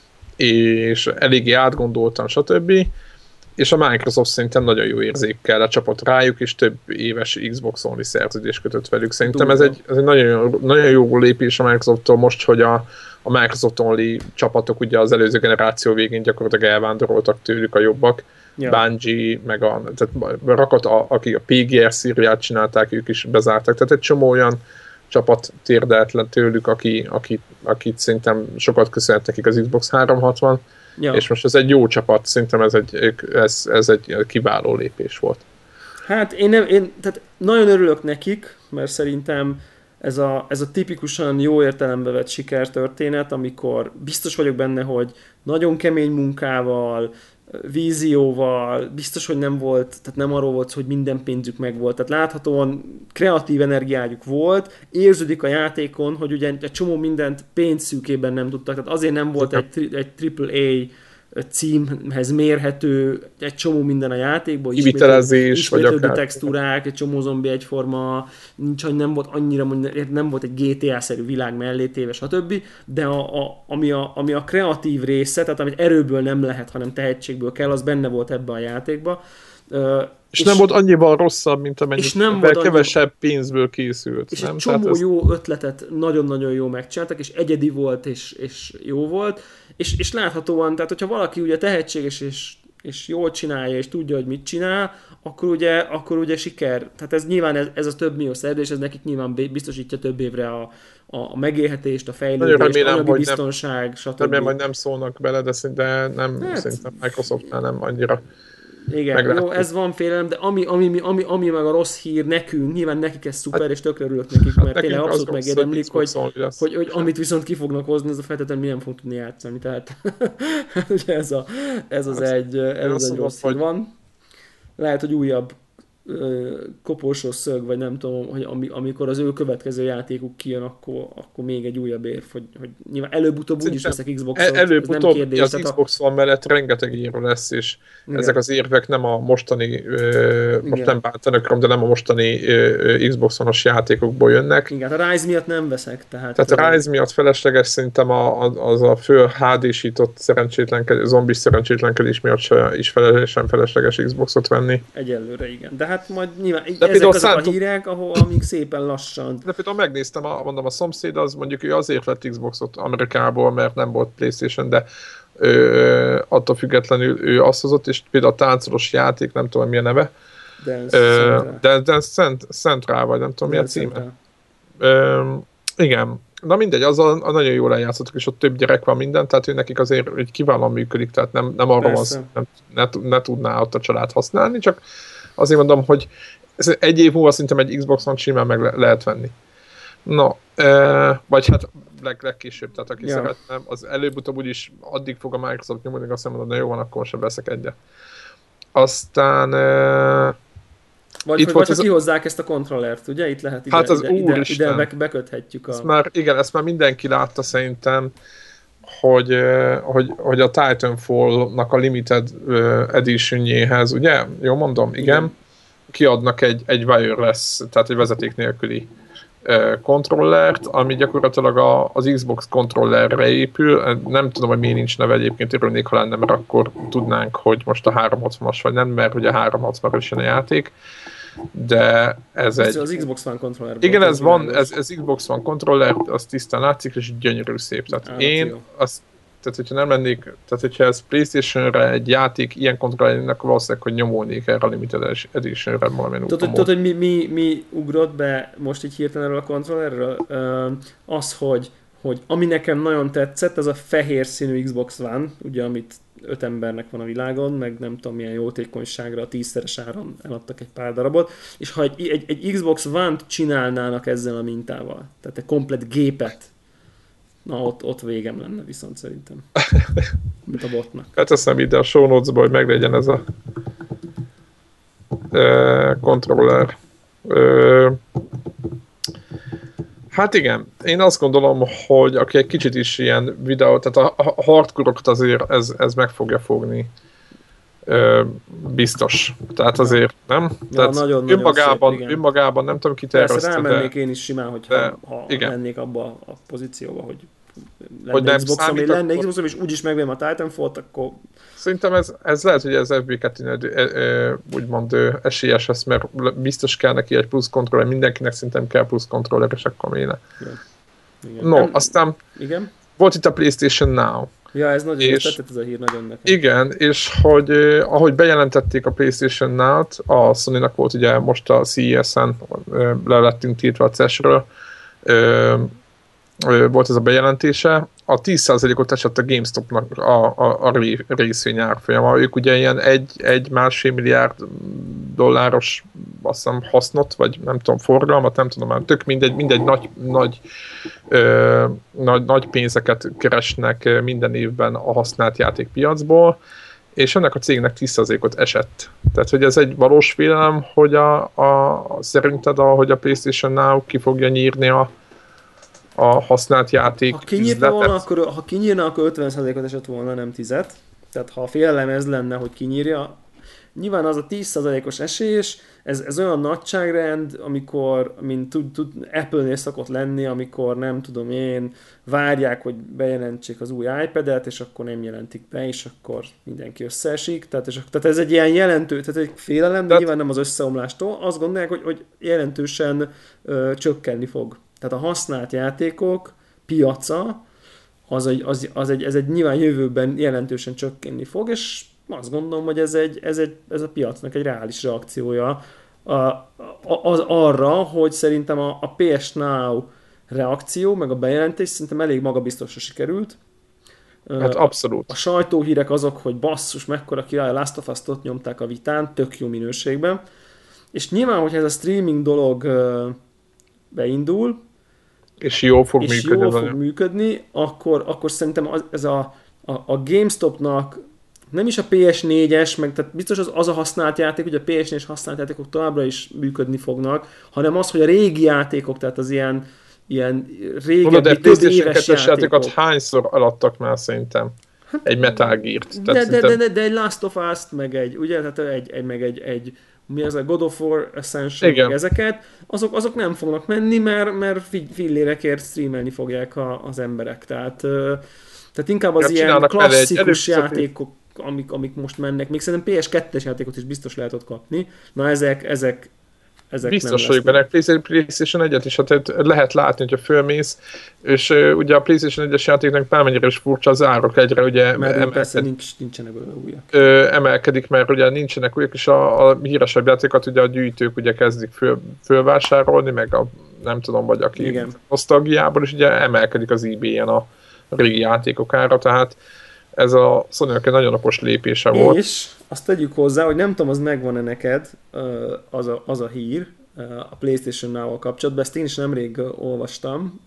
és eléggé átgondoltan, stb. És a Microsoft szerintem nagyon jó érzékkel lecsapott rájuk, és több éves Xbox Only szerződést kötött velük. Szerintem ez egy, ez egy nagyon, jó, nagyon jó lépés a Microsofttól most, hogy a, a Microsoft Only csapatok ugye az előző generáció végén gyakorlatilag elvándoroltak tőlük a jobbak. Ja. Bungie, meg a, tehát rakat, a, akik a pé gé er szíriát csinálták, ők is bezártak. Tehát egy csomó olyan csapat térdelt le tőlük, aki, aki, akit szerintem sokat köszönhet nekik az Xbox háromszázhatvan. Ja. És most ez egy jó csapat, szerintem ez egy, ez, ez egy kiváló lépés volt. Hát én, nem, én tehát nagyon örülök nekik, mert szerintem ez a, ez a tipikusan jó értelembe vett sikertörténet, amikor biztos vagyok benne, hogy nagyon kemény munkával, vízióval, biztos, hogy nem volt, tehát nem arról volt, hogy minden pénzük megvolt. Tehát láthatóan kreatív energiájuk volt, érződik a játékon, hogy ugye egy csomó mindent pénzszűkében nem tudtak, tehát azért nem volt egy, egy triple A címhez mérhető egy csomó minden a játékban, kivitelezés, vagy akár textúrák, egy csomó zombi egyforma, nincs, hogy nem volt annyira, nem volt egy gé té á-szerű világ mellé téve, stb. De a, a, ami, a, ami a kreatív része, tehát amit erőből nem lehet, hanem tehetségből kell, az benne volt ebben a játékban. Uh, és, és nem volt annyival rosszabb, mint amennyivel kevesebb annyi... pénzből készült. És nem? egy csomó ez... jó ötletet nagyon-nagyon jó megcsináltak, és egyedi volt, és, és jó volt. És, és láthatóan, tehát hogyha valaki ugye tehetséges, és, és jól csinálja, és tudja, hogy mit csinál, akkor ugye, akkor ugye siker. Tehát ez nyilván ez, ez a több millió szerződés, ez nekik nyilván biztosítja több évre a, a megélhetést, a fejlődést, remélem, anyagi biztonság, nem, stb. Remélem, hogy nem szólnak bele, de szinte nem, hát, szerintem Microsoftnál nem annyira. Igen, jó, ez van félelem, de ami, ami, ami, ami meg a rossz hír nekünk, nyilván nekik ez szuper, hát, és tökre örülök nekik, mert hát tényleg abszolút megérdemlik, hogy, hogy, hogy, hogy amit viszont ki fognak hozni, ez a feltétlenül mi nem fog tudni játszani. Tehát ugye ez, a, ez az hát, egy, ez az egy rossz hír van. Lehet, hogy újabb koporsós szög, vagy nem tudom, hogy amikor az ő következő játékuk kijön, akkor, akkor még egy újabb érv, hogy, hogy nyilván előbb-utóbb úgyis veszek Xboxot, előbb-utóbb nem kérdés. Az Xbox van mellett rengeteg érv lesz, és igen. Ezek az érvek nem a mostani, ö, most nem bántanak, de nem a mostani ö, Xbox One-os játékokból jönnek. Igen, a Rise miatt nem veszek. Tehát, tehát a Rise miatt felesleges szerintem a, az a fő há dé-sított szerencsétlenkedés, zombis szerencsétlenkedés miatt se, is feleslegesen felesleges Xboxot venni. Egyelőre igen, de hát majd nyilván de ezek azok szántum... a hírek, ahol amíg szépen lassan. De például megnéztem, a, mondom, a szomszéd az mondjuk ő azért vett Xboxot Amerikából, mert nem volt PlayStation, de ö, attól függetlenül ő azt hozott, és például a táncolos játék, nem tudom mi a neve. Dance ö, Central. Dance Central, vagy nem tudom mi a címe. Ö, igen. Na mindegy, azzal nagyon jól eljátszottuk, és ott több gyerek van minden, tehát ő nekik azért egy kiválóan működik, tehát nem, nem arra van, nem, ne, ne tudná ott a család használni, csak azért mondom, hogy egy év múlva szerintem egy Xbox-on simán meg le- lehet venni. No, e, vagy hát leg- legkésőbb, tehát aki ja. szeretne, az előbb-utóbb úgyis addig fog a Microsoft nyomulni, azt mondom, na jó van, akkor sem veszek egyet. Aztán... E, vagy hogy vagy az... kihozzák ezt a kontrollert, ugye? Itt lehet ide, hát az ide, ide, ide be- beköthetjük a... Ezt már, igen, ezt már mindenki látta szerintem, hogy, hogy, hogy a Titanfall-nak a limited editionjéhez, ugye? Jól mondom? Igen. Igen. Kiadnak egy, egy wireless, tehát egy vezeték nélküli kontrollert, ami gyakorlatilag a, az Xbox kontrollerre épül. Nem tudom, hogy miért nincs neve, egyébként örülnék, ha lenne, mert akkor tudnánk, hogy most a háromszázhatvanas vagy nem, mert ugye a háromszázhatvanas is a játék. De ez az egy... Az Xbox One kontroller. Igen, ez van, ez, ez Xbox One kontroller, az tisztán látszik, és gyönyörű szép. Tehát Á, én azt, tehát hogyha nem lennék, tehát hogyha ez PlayStation-re egy játék ilyen kontrollernek, akkor valószínűleg, hogy nyomolnék erre a Limited Edition-re valamilyen úton. Tudod, hogy mi, mi, mi ugrott be most így hirtelen erről a kontrollerről? Az, hogy, hogy ami nekem nagyon tetszett, az a fehér színű Xbox One, ugye, amit öt embernek van a világon, meg nem tudom milyen jótékonyságra a tízszeres áron eladtak egy pár darabot, és ha egy, egy, egy Xbox One-t csinálnának ezzel a mintával, tehát egy komplet gépet, na ott, ott végem lenne viszont szerintem, mint a botnak. Beteszem ide a show notes-ba, hogy meglegyen ez a e, controller. E, Hát igen, én azt gondolom, hogy aki egy kicsit is ilyen videó, tehát a hardcore-okat azért ez, ez meg fogja fogni. Ö, biztos. Tehát azért, nem? Ja, tehát nagyon, önmagában, nagyon szép, önmagában nem tudom kiterjeszteni. Persze rámennék de, én is simán, hogyha de, ha igen. lennék abba a pozícióba, hogy lenne hogy nem Xbox-om, számít, lenne akkor... Xbox-om, és úgyis megvém a Titanfall-t, akkor... Szerintem ez, ez lehet, hogy ez ef bé kettő úgymond esélyes lesz, mert biztos kell neki egy plusz kontroller, mindenkinek szerintem kell plusz kontroller, és akkor méne. No, nem, aztán igen? volt itt a PlayStation Now. Ja, ez nagyon és, tetszett ez a hír nagyon nekem. Igen, és hogy eh, ahogy bejelentették a PlayStation Now-t, a Sony-nak volt ugye most a cé e es-en, eh, le lettünk tiltva a cé e es-ről, eh, volt ez a bejelentése, a tíz százalékot esett a GameStop-nak a, a, a részvény árfolyama. Ők ugye ilyen egy, egy másfél milliárd dolláros azt hiszem, hasznot, vagy nem tudom, forgalmat, nem tudom már, tök mindegy, mindegy nagy, nagy, ö, nagy, nagy pénzeket keresnek minden évben a használt játékpiacból, és ennek a cégnek tíz százalékot esett. Tehát, hogy ez egy valós félelem, hogy a, a, szerinted, ahogy a PlayStation Now ki fogja nyírni a a használt játék ha kinyírna volna, akkor, ha kinyírna, akkor ötven százalékot esett volna, nem tízet. Tehát ha a félelem ez lenne, hogy kinyírja, nyilván az a tíz százalékos esés, ez, ez olyan nagyságrend, amikor, mint tud, tud, Apple-nél szokott lenni, amikor nem tudom én, várják, hogy bejelentsék az új iPad-et, és akkor nem jelentik be, és akkor mindenki összeesik. Tehát, és, tehát ez egy ilyen jelentő, tehát egy félelem, de tehát... nyilván nem az összeomlástól. Azt gondolják, hogy, hogy jelentősen ö, csökkenni fog. Tehát a használt játékok piaca, az egy, az, az egy, ez egy nyilván jövőben jelentősen csökkenni fog, és azt gondolom, hogy ez, egy, ez, egy, ez a piacnak egy reális reakciója a, az arra, hogy szerintem a, a pé es Now reakció, meg a bejelentés szerintem elég magabiztosra sikerült. Hát abszolút. A sajtóhírek azok, hogy basszus, mekkora király, a Last of Us-t ott nyomták a vitán, tök jó minőségben. És nyilván, hogyha ez a streaming dolog beindul, és jól fog és működni, jól fog működni akkor, akkor szerintem az, ez a, a, a GameStopnak nem is a pé es négyes, meg tehát biztos az, az a használt játék, hogy a pé es négyes használt játékok továbbra is működni fognak, hanem az, hogy a régi játékok, tehát az ilyen, ilyen régebbi, több éves játékok. játékot hányszor alattak már szerintem? Egy Metal Gear-t. De, de, de, de, de egy Last of Us-t, meg egy, ugye, tehát egy, egy, meg egy, egy mi az a God of War Ascension, ezeket, azok, azok nem fognak menni, mert, mert fillérekért streamelni fogják a, az emberek. Tehát, tehát inkább az ja, ilyen klasszikus játékok, amik, amik most mennek, még szerintem pé es kettes játékot is biztos lehet ott kapni. Na ezek, ezek, ezek biztos vagyok benne, PlayStation egyet is, hát lehet látni, hogyha fölmész, és uh, ugye a PlayStation egyes játéknak bármennyire is furcsa az árok egyre, ugye mert emelked, persze nincs, nincsenek olyan újak. Uh, emelkedik, mert ugye nincsenek újak, és a, a híresebb játékokat ugye a gyűjtők ugye kezdik föl, fölvásárolni, meg a nem tudom, vagy aki igen. Nosztalgiából, és ugye emelkedik az eBay-en a régi játékok ára, tehát ez a Sony-nak egy nagyon okos lépése és volt. És azt tegyük hozzá, hogy nem tudom, az megvan-e neked az a, az a hír a PlayStation Now-val kapcsolatban, ezt én is nemrég olvastam,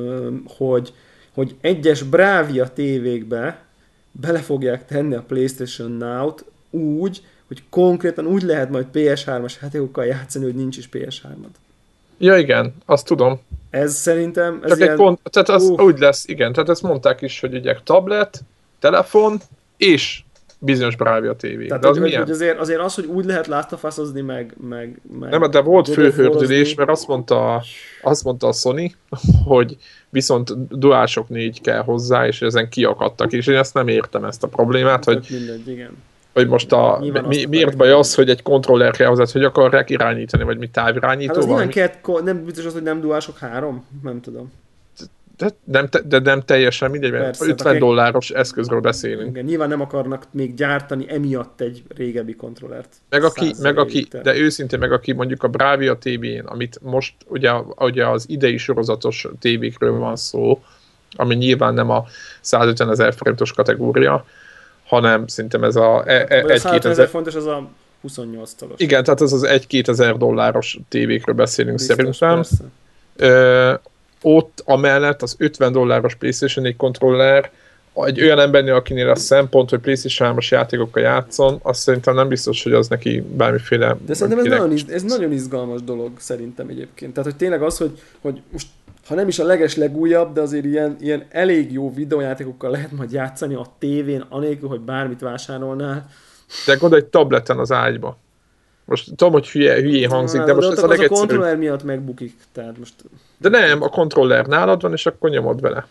hogy, hogy egyes Bravia tévékbe bele fogják tenni a PlayStation Now-t úgy, hogy konkrétan úgy lehet majd pé es hármas játékokkal játszani, hogy nincs is pé es hármad. Ja igen, azt tudom. Ez szerintem... Ez Csak ilyen... egy pont, tehát az uh. úgy lesz, igen, tehát ezt mondták is, hogy ugye tablet, telefon és bizonyos Bravia té vé. Tehát, de az hogy, milyen? hogy azért, azért az, hogy úgy lehet Last of Us-ozni, meg, meg, meg Nem, de volt főhördülés, mert azt oh. mondta, azt mondta a Sony, hogy viszont DualShock négy kell hozzá, és ezen kiakadtak, és én ezt nem értem, ezt a problémát, hogy, mindegy, igen. hogy most a, mi, miért baj az, hogy egy kontroller kell hozzá, hogy akarják irányítani, vagy mi távirányító? Hát az valami? Két, nem biztos az, hogy nem DualShock három? Nem tudom. De nem, de nem teljesen mindegy, mert Persze, ötven okay. dolláros eszközről beszélünk. Igen, nyilván nem akarnak még gyártani emiatt egy régebbi kontrollert. Meg aki, meg aki de őszintén meg aki mondjuk a Bravia té vén, amit most ugye, ugye az idei sorozatos tévékről van szó, ami nyilván nem a százötven ezer forintos kategória, hanem szerintem ez a... E, e, egy százötven ezer fontos, az a huszonnyolc szoros. Igen, tehát ez az egy-kétezer dolláros tévékről beszélünk Biztos, szerintem. Ö, ott amellett az ötven dolláros PlayStation négy kontroller egy olyan embernél, akinél a szempont, hogy PlayStation hármas játékokkal játszon, azt szerintem nem biztos, hogy az neki bármiféle... De szerintem ez nagyon, ez nagyon izgalmas dolog szerintem egyébként. Tehát, hogy tényleg az, hogy, hogy most ha nem is a leges legújabb, de azért ilyen, ilyen elég jó videójátékokkal lehet majd játszani a tévén, anélkül, hogy bármit vásárolnál. De gondolj egy tableten az ágyba. Most tudom, hogy hülye, hülyén hangzik, de most de ez a a legegyszerűbb. a kontroller miatt megbukik, tehát most... De nem, a kontroller nálad van, és akkor nyomod vele.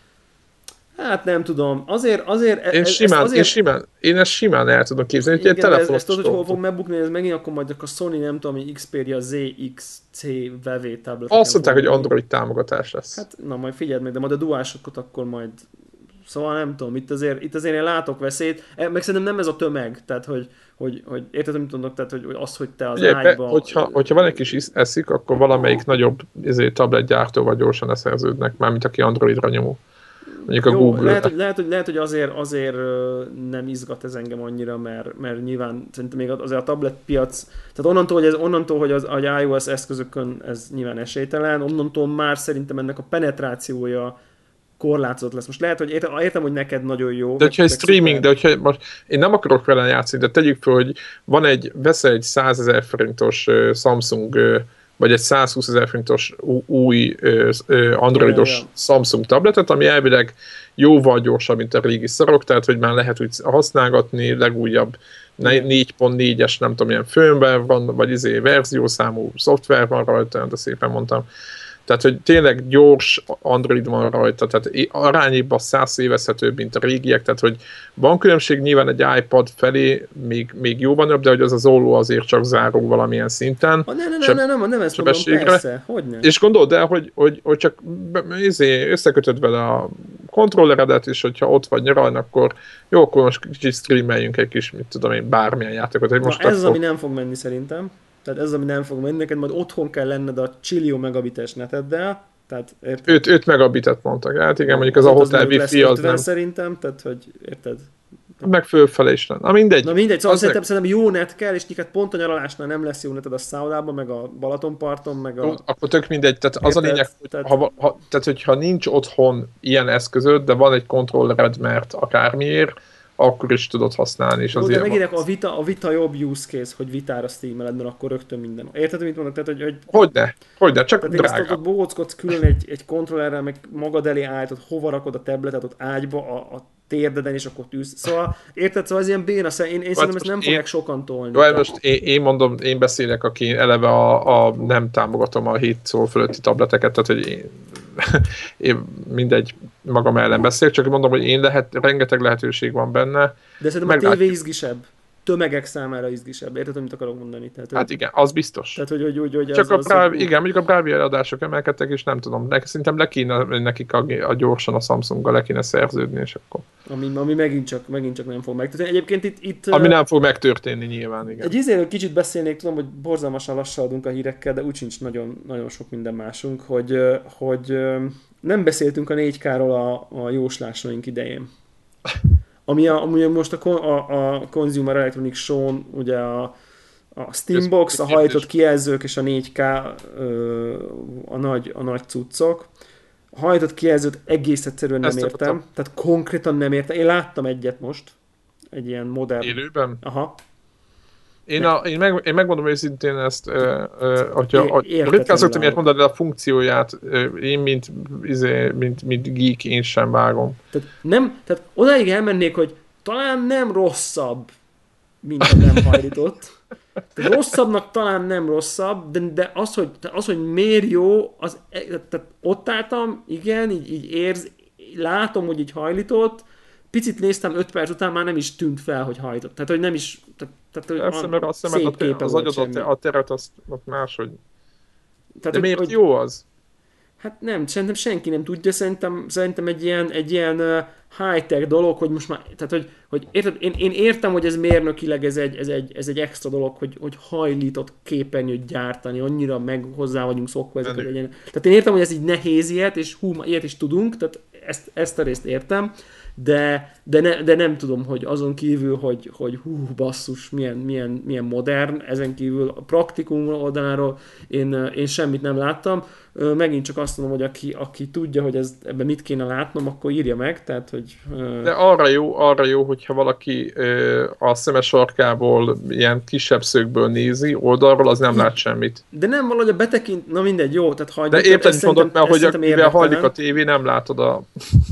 Hát nem tudom, azért... azért én, simán, azért... én, simán, én ezt simán el tudom képzelni, hogy egy telefonos... Ezt tudod, hogy hol fog megbukni, ez megint akkor majd a Sony, nem tudom, hogy Xperia zé iksz cé vé vé tablet. Azt mondták, hogy Android támogatás lesz. Hát na majd figyeld meg, de majd a DualShockot akkor majd... Szóval nem tudom, itt azért, itt azért én látok veszélyt, meg szerintem nem ez a tömeg, tehát hogy, hogy, hogy érted, amit mondok, tehát hogy az, hogy te az Ugye, ágyba... Be, hogyha, hogyha van egy kis eszik, akkor valamelyik nagyobb ezért, tabletgyártóval gyorsan leszerződnek, mármint aki Androidra nyomó. Mondjuk a Jó, Google. Lehet, hogy, lehet, hogy, lehet, hogy azért, azért nem izgat ez engem annyira, mert, mert nyilván szerintem még azért a tabletpiac, tehát onnantól, hogy, ez, onnantól, hogy az hogy iOS eszközökön ez nyilván esélytelen, onnantól már szerintem ennek a penetrációja korlátozott lesz. Most lehet, hogy értem, értem hogy neked nagyon jó. De hogyha egy streaming, de hogyha most én nem akarok vele játszani, de tegyük fel, hogy van egy, veszel egy százezer forintos uh, Samsung uh, vagy egy százhúszezer forintos új uh, uh, androidos ja, ja. Samsung tabletet, ami elvileg jóval gyorsabb, mint a régi szarok, tehát hogy már lehet úgy használgatni, legújabb négy pont négyes nem tudom, milyen firmware van, vagy izé verziószámú szoftver van rajta, de szépen mondtam. Tehát, hogy tényleg gyors Android van rajta, tehát arányében száz évezhetőbb, mint a régiek, tehát, hogy van különbség nyilván egy iPad felé, még, még jóban jobb, de hogy az az olló azért csak záró valamilyen szinten. Ah, ne, ne, ne, ne, nem, nem ezt mondom, persze, hogyne. És gondold el, hogy, hogy, hogy csak izé, összekötöd vele a kontrolleredet, és hogyha ott vagy nyaralni, akkor jó, akkor most kicsit streameljünk egy kis, mit tudom én, bármilyen játékot. Hogy most Na, ez az, ami nem fog menni szerintem. Tehát ez, ami nem fog menni, neked majd otthon kell lenned a csillió megabites neteddel. Tehát, öt megabitet mondtak, hát igen, mondjuk az a hotel wifi az nem. Szerintem, tehát hogy érted? Meg fölfele is lenne. Na mindegy. Na mindegy, szóval szerintem, szerintem jó net kell, és neked pont a nyaralásnál nem lesz jó neted a szállodában, meg a Balatonparton, meg a... Jó, akkor tök mindegy, tehát az érted? A lényeg, hogy tehát... Ha, ha, tehát hogyha nincs otthon ilyen eszközöd, de van egy kontrollered, mert akármiért, akkor is tudod használni. És jó, azért de megint a vita, a vita jobb use case, hogy vitára streameled, mert akkor rögtön minden. Érted, mit mondok? Tehát, hogy, hogy... Hogyne, hogyne, csak tehát drága. Tehát ott bóckodsz külön egy, egy kontrollerrel, meg magad elé állítod, hova rakod a tabletet, ott ágyba, a, a térdeden, és akkor tűz. Szóval, érted? Szóval ez ilyen béna, én, én szerintem ezt nem fogják sokan tolni. Jó, most én, én mondom, én beszélek, aki eleve a, a nem támogatom a hét szó fölötti tableteket, tehát hogy én, én mindegy magam ellen beszélek, csak mondom, hogy én lehet, rengeteg lehetőség van benne. De szerintem a tévé izgisebb. Tömegek számára izgisebb. Érted, amit akarok mondani? Tehát, hát igen, az biztos. Tehát, hogy, hogy, hogy, hogy csak az, a az Bravia, az, igen, mondjuk a Bravia adások emelkedtek, és nem tudom, nek, szerintem le kéne nekik a, a gyorsan a Samsunggal le kéne szerződni, és akkor... Ami, ami megint, csak, megint csak nem fog megtörténni. Egyébként itt... itt ami nem fog megtörténni nyilván, igen. Egy izéről kicsit beszélnék, tudom, hogy borzalmasan lassan a hírekkel, de úgy sincs nagyon, nagyon sok minden másunk, hogy, hogy nem beszéltünk a négy ká-ról a, a jóslásaink idején. Ami, a, ami most a, a, a Consumer Electronics Show-n, ugye a, a Steambox, a hajtott kijelzők és a négy ká a nagy, a nagy cuccok. A hajtott kijelzőt egész egyszerűen nem Ezt értem. Akartam. Tehát konkrétan nem értem. Én láttam egyet most. Egy ilyen modern... Élőben? Aha. Én, a, én, meg, én megmondom őszintén ezt, uh, uh, hogyha ritkán szoktam ilyet mondani, de a funkcióját uh, én, mint, izé, mint, mint geek, én sem vágom. Tehát, nem, tehát odáig elmennék, hogy talán nem rosszabb, mint a nem hajlított. Tehát rosszabbnak talán nem rosszabb, de, de az, hogy, az, hogy miért jó, az, tehát ott álltam, igen, így, így érz, látom, hogy így hajlított, picit néztem, öt perc után már nem is tűnt fel, hogy hajtott. Tehát, hogy nem is... Tehát, tehát, Persze, mert azt hiszem, az, az agyad a teret, azt máshogy... Tehát, de miért hogy, jó az? Hát nem, szerintem senki nem tudja, szerintem, szerintem egy ilyen, egy ilyen uh, high-tech dolog, hogy most már, tehát hogy, hogy érted, én, én értem, hogy ez mérnökileg ez egy, ez egy, ez egy extra dolog, hogy, hogy hajlított képernyőt gyártani, annyira meg hozzá vagyunk szokva ezek, hogy legyen. Tehát én értem, hogy ez így nehéz ilyet, és hú, ilyet is tudunk, tehát ezt, ezt a részt értem, de, de, ne, de nem tudom, hogy azon kívül, hogy, hogy hú, basszus, milyen, milyen, milyen modern, ezen kívül a praktikum oldaláról én, én semmit nem láttam. Megint csak azt mondom, hogy aki, aki tudja, hogy ez, ebben mit kéne látnom, akkor írja meg, tehát, hogy... De arra jó, arra jó, hogyha valaki a szemes sarkából ilyen kisebb szögből nézi, oldalról az nem lát semmit. De nem valahogy a betekint, na mindegy, jó, tehát hagyjuk. De érted, mondod, mert hogy mivel hajlik a tévé, nem látod a...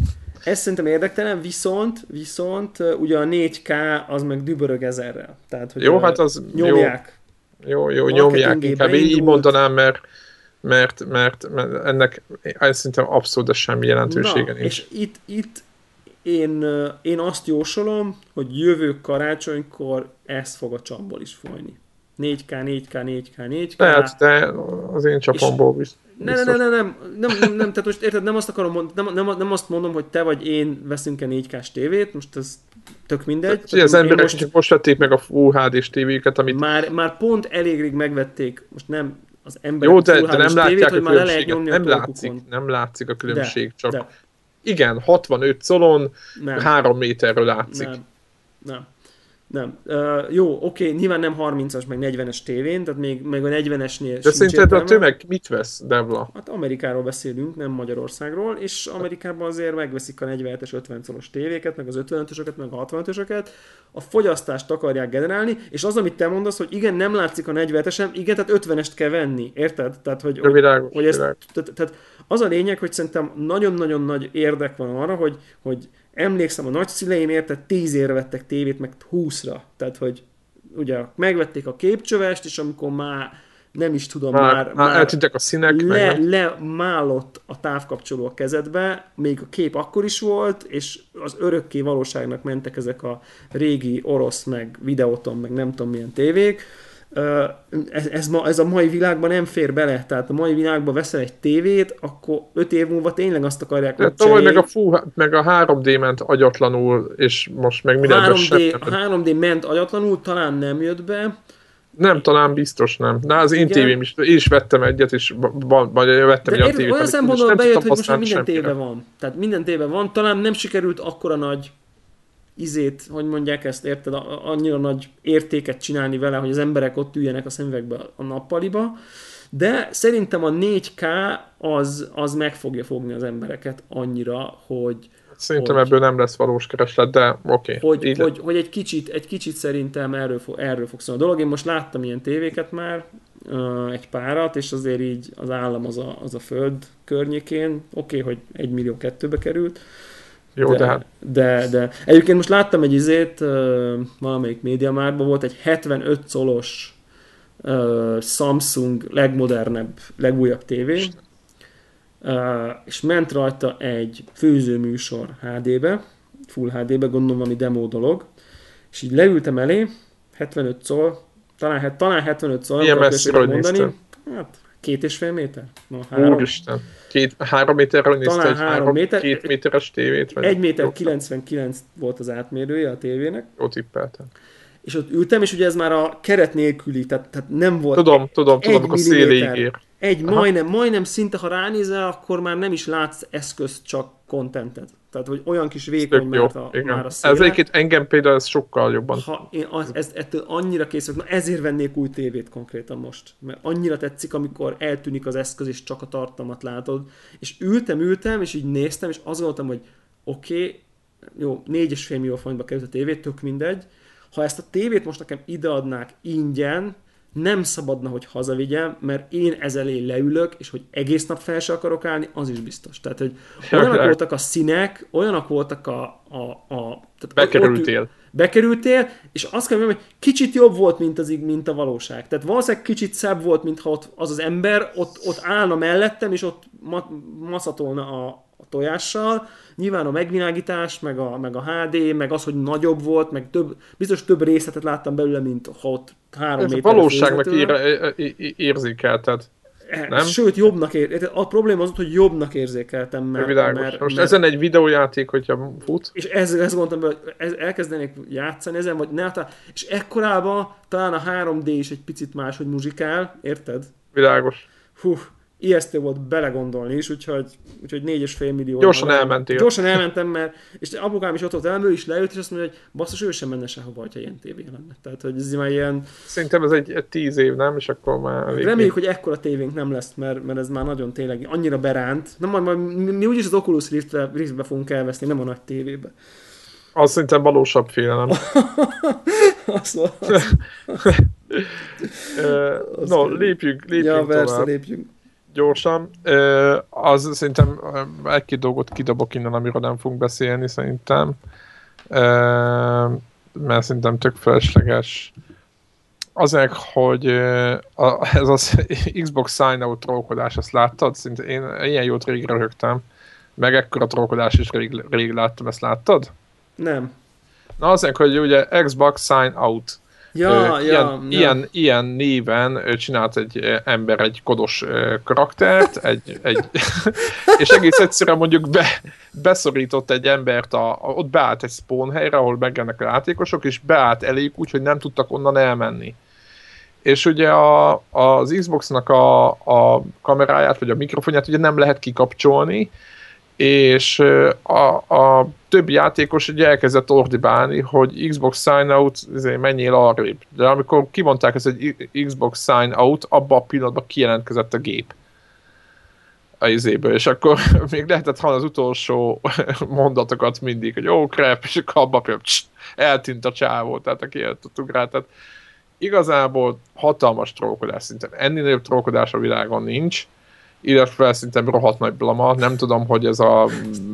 Ez szerintem érdektelen, viszont, viszont ugye a négy ká az meg dübörög ezerrel. Tehát, hogy jó, hát az nyomják. Jó, jó, jó nyomják, inkább így mondanám, mert, mert, mert, mert ennek szerintem abszolút semmi jelentősége Na, nincs. És itt, itt én, én azt jósolom, hogy jövő karácsonykor ez fog a csapból is folyni. négy ká, négy ká, négy ká, négy ká. Lehet, de az én csapomból biztos. Nem, nem, nem, nem, nem, nem, nem, tehát most érted, nem azt akarom mondani, nem, nem, nem azt mondom, hogy te vagy én veszünk-e négy kás tévét, most ez tök mindegy. Tehát, az emberek most, csak most vették meg a Full há dés tévéket, amit... Már, már pont elég rég megvették, most nem az emberek jó, de, de nem látják tévét, hogy már le lehet nyomni nem a látszik, nem látszik a különbség, de, csak de. Igen, hatvanöt colon, nem. három méterről látszik. Nem, nem. Nem. Uh, jó, oké, nyilván nem harmincas, meg negyvenes tévén, tehát még, még a negyvenesnél de szerinted a tömeg mit vesz, Devla? Hát Amerikáról beszélünk, nem Magyarországról, és Amerikában azért megveszik a negyvenhetes, ötven colos tévéket, meg az ötvenötösöket, meg a hatvanötösöket, a fogyasztást akarják generálni, és az, amit te mondasz, hogy igen, nem látszik a negyvenhetesen, igen, tehát ötvenest kell venni, érted? Tehát, hogy, hogy, világos, hogy ezt, tehát, tehát az a lényeg, hogy szerintem nagyon-nagyon nagy érdek van arra, hogy, hogy emlékszem, a nagyszüleim érted, tíz évre vettek tévét, meg húszra. Tehát, hogy ugye megvették a képcsövest, és amikor már nem is tudom, már, már, már eltűntek a színek, le, lemálott a távkapcsoló a kezedbe, még a kép akkor is volt, és az örökké valóságnak mentek ezek a régi orosz, meg videóton, meg nem tudom milyen tévék. Ez, ez, ma, ez a mai világban nem fér bele, tehát a mai világban veszel egy tévét, akkor öt év múlva tényleg azt akarják, hogy tavaly meg a, full, meg a három dé ment agyatlanul, és most meg mindenben sem. A három dé ment agyatlanul, talán nem jött be. Nem, talán biztos nem. Na, az én tévém is, én is vettem egyet, és vagy vettem egy olyan tévét, olyan szempontból bejött, hogy most már minden téve van. Tehát minden téve van, talán nem sikerült akkora nagy izét, hogy mondják ezt, érted, annyira nagy értéket csinálni vele, hogy az emberek ott üljenek a szemüvegbe a nappaliba, de szerintem a négy ká az, az meg fogja fogni az embereket annyira, hogy... Szerintem hogy, ebből nem lesz valós kereslet, de oké. Okay, hogy, hogy, hogy egy kicsit, egy kicsit szerintem erről fog, erről fog szólni a dolog. Én most láttam ilyen tévéket már, egy párat, és azért így az állam az a, az a föld környékén, oké, okay, hogy egy millió kettőbe került, jó, de, de, hát. de, de egyébként most láttam egy izét, uh, valamelyik médiamárban volt egy hetvenöt colos uh, Samsung legmodernebb, legújabb tévé, uh, és ment rajta egy főzőműsor há dé-be, Full há dé-be, gondolom valami demo dolog, és így leültem elé, hetvenöt col, talán, talán hetvenöt col, milyen messziről néztem? Hát, két és fél méter? No, három. Úristen. Két, három méterről nézte egy három, méter, két méteres tévét? Vagy egy méter kilencvenkilenc volt az átmérője a tévének. Jó tippeltem. És ott ültem, és ugye ez már a keret nélküli, tehát, tehát nem volt tudom, egy, tudom, tudom, amikor széléig ér. Egy majdnem, majdnem szinte, ha ránézel, akkor már nem is látsz eszközt, csak contentet. Tehát, hogy olyan kis vékony már a, már a széle. Ez egyébként engem például ez sokkal jobban. Ha én az, ez, ettől annyira készülök, na ezért vennék új tévét konkrétan most. Mert annyira tetszik, amikor eltűnik az eszköz, és csak a tartalmat látod. És ültem, ültem, és így néztem, és azt gondoltam, hogy oké, okay, jó, négy és fél millió forintba került a tévé, tök mindegy. ha ezt a tévét most nekem ideadnák ingyen, nem szabadna, hogy hazavigyem, mert én ez elé leülök, és hogy egész nap fel se akarok állni, az is biztos. Tehát, hogy olyanok voltak a színek, olyanok voltak a... a, a tehát bekerültél. Ott, bekerültél, és azt kell mondani, hogy kicsit jobb volt, mint, az, mint a valóság. Tehát valószínűleg kicsit szebb volt, mintha ott az az ember ott, ott állna mellettem, és ott ma, maszatolna a, a tojással. Nyilván a megvilágítás, meg a, meg a há dé, meg az, hogy nagyobb volt, meg több, biztos több részletet láttam belőle, mint ha ott három méter. Valóságnak ér, érzékelted. Nem? Sőt, jobbnak ér, a probléma az, hogy jobbnak érzékeltem. Mert, mert, Most mert, ezen egy videójáték, hogyha fut. És ez, ezt gondoltam, hogy ez, elkezdenék játszani ezen, vagy ne, és ekkorában talán a három dé is egy picit máshogy muzsikál, érted? Világos. Hú, ijesztő volt belegondolni is, úgyhogy, úgyhogy négy és fél millió. Gyorsan elmentél. Gyorsan elmentem, mert és apukám is ott volt elmű, is leült, és azt mondja, hogy basszus, ő sem menne sehova, ha ilyen tévé lenne. Tehát, hogy ez már ilyen... Szerintem ez egy, egy tíz év, nem? És akkor már... Elég reméljük, hogy ekkora tévénk nem lesz, mert, mert ez már nagyon tényleg annyira beránt. Nem, majd, majd mi, mi úgyis az Oculus Rift-be, Rift-be fogunk elveszni, nem a nagy tévébe. Az szerintem valósabb félelem. az, az. uh, no, lépjünk, lépjünk ja, tovább. persze, lépjünk. Gyorsan. Uh, az szerintem uh, egy-két dolgot kidobok innen, amiről nem fogunk beszélni szerintem. Uh, mert szerintem tök felesleges. Azért, hogy uh, a, ez az Xbox Sign-out trollkodás, azt láttad? Szinte én ilyen jót rég röhögtem. Meg ekkora trollkodás is rég, rég láttam, ezt láttad? Nem. Na azért, hogy ugye Xbox Sign-out. Ja, Ö, ja, ilyen, ja. Ilyen, ilyen néven csinált egy ember egy kodos karaktert, egy, egy és egész egyszerűen mondjuk be, beszorított egy embert, a, a, ott beállt egy spawn helyre, ahol megjelennek a játékosok, és beállt elég úgy, hogy nem tudtak onnan elmenni. És ugye a, az Xboxnak a, a kameráját, vagy a mikrofonját ugye nem lehet kikapcsolni, és a, a többi játékos ugye elkezdett ordibálni, hogy Xbox Sign-out, menjél arrébb. De amikor kimondták ezt, hogy Xbox Sign-out, abban a pillanatban kijelentkezett a gép a izéből, és akkor még lehetett hallani az utolsó mondatokat mindig, hogy ó, oh, crap, és akkor abban például eltűnt a csávó, tehát aki el tudtuk rá. Tehát igazából hatalmas trollkodás, szinte ennél nagyobb trollkodás a világon nincs, illetve szerintem rohadt nagy blama. Nem tudom, hogy ez a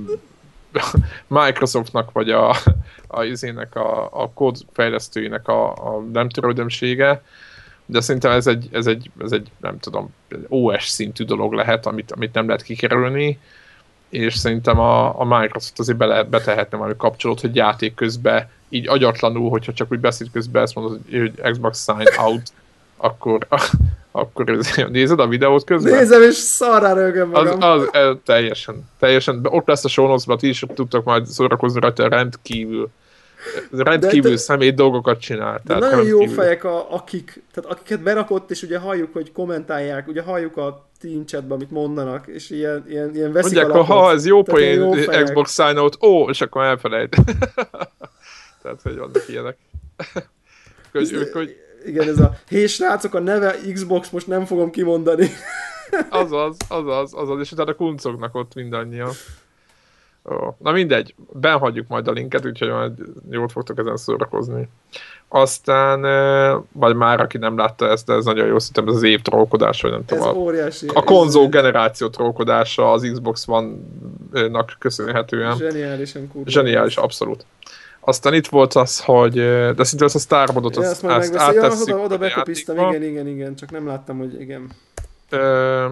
Microsoftnak vagy a, a, izének a, a kódfejlesztőinek a, a nem törődömsége, de szerintem ez egy, ez egy, ez egy nem tudom, ó es szintű dolog lehet, amit, amit nem lehet kikerülni, és szerintem a, a Microsoft azért bele, betehetne valami kapcsolót, hogy játék közben így agyatlanul, hogyha csak úgy beszéd közben ezt mondod, hogy Xbox Sign Out, akkor... Akkor nézed a videót közben? Nézem, és szarrá rögöm magam. Az, az, az, teljesen, teljesen. Ott lesz a show notes-ban, ti is tudtok majd szórakozni rajta, rendkívül. Rendkívül de, személy dolgokat csinál. De nagyon rendkívül. Jó fejek, a, akik, tehát akiket berakott, és ugye halljuk, hogy kommentálják, ugye halljuk a Team chatban, amit mondanak, és ilyen, ilyen, ilyen veszik mondják, alapot. ha ez jó poén, Xbox Sign-out, ó, és akkor elfelejt. Tehát, hogy vannak ilyenek. Hogy, ők, hogy igen, ez a hé srácok, a neve Xbox, most nem fogom kimondani. azaz, azaz, azaz, és utána kuncognak ott mindannyian. Ó. Na mindegy, benhagyjuk majd a linket, úgyhogy majd jól fogtok ezen szórakozni. Aztán, vagy már aki nem látta ezt, de ez nagyon jó, szerintem ez az év trollkodás, vagy nem tudom. Ez óriási. A konzol generáció trollkodása az Xbox One-nak köszönhetően. Zseniálisan kurva. Zseniális, abszolút. Aztán itt volt az, hogy... De szinte ezt a Starmodot ja, azt, azt áttesszük. Ja, oda, oda bekopiztam, igen, igen, igen, csak nem láttam, hogy igen. Ö,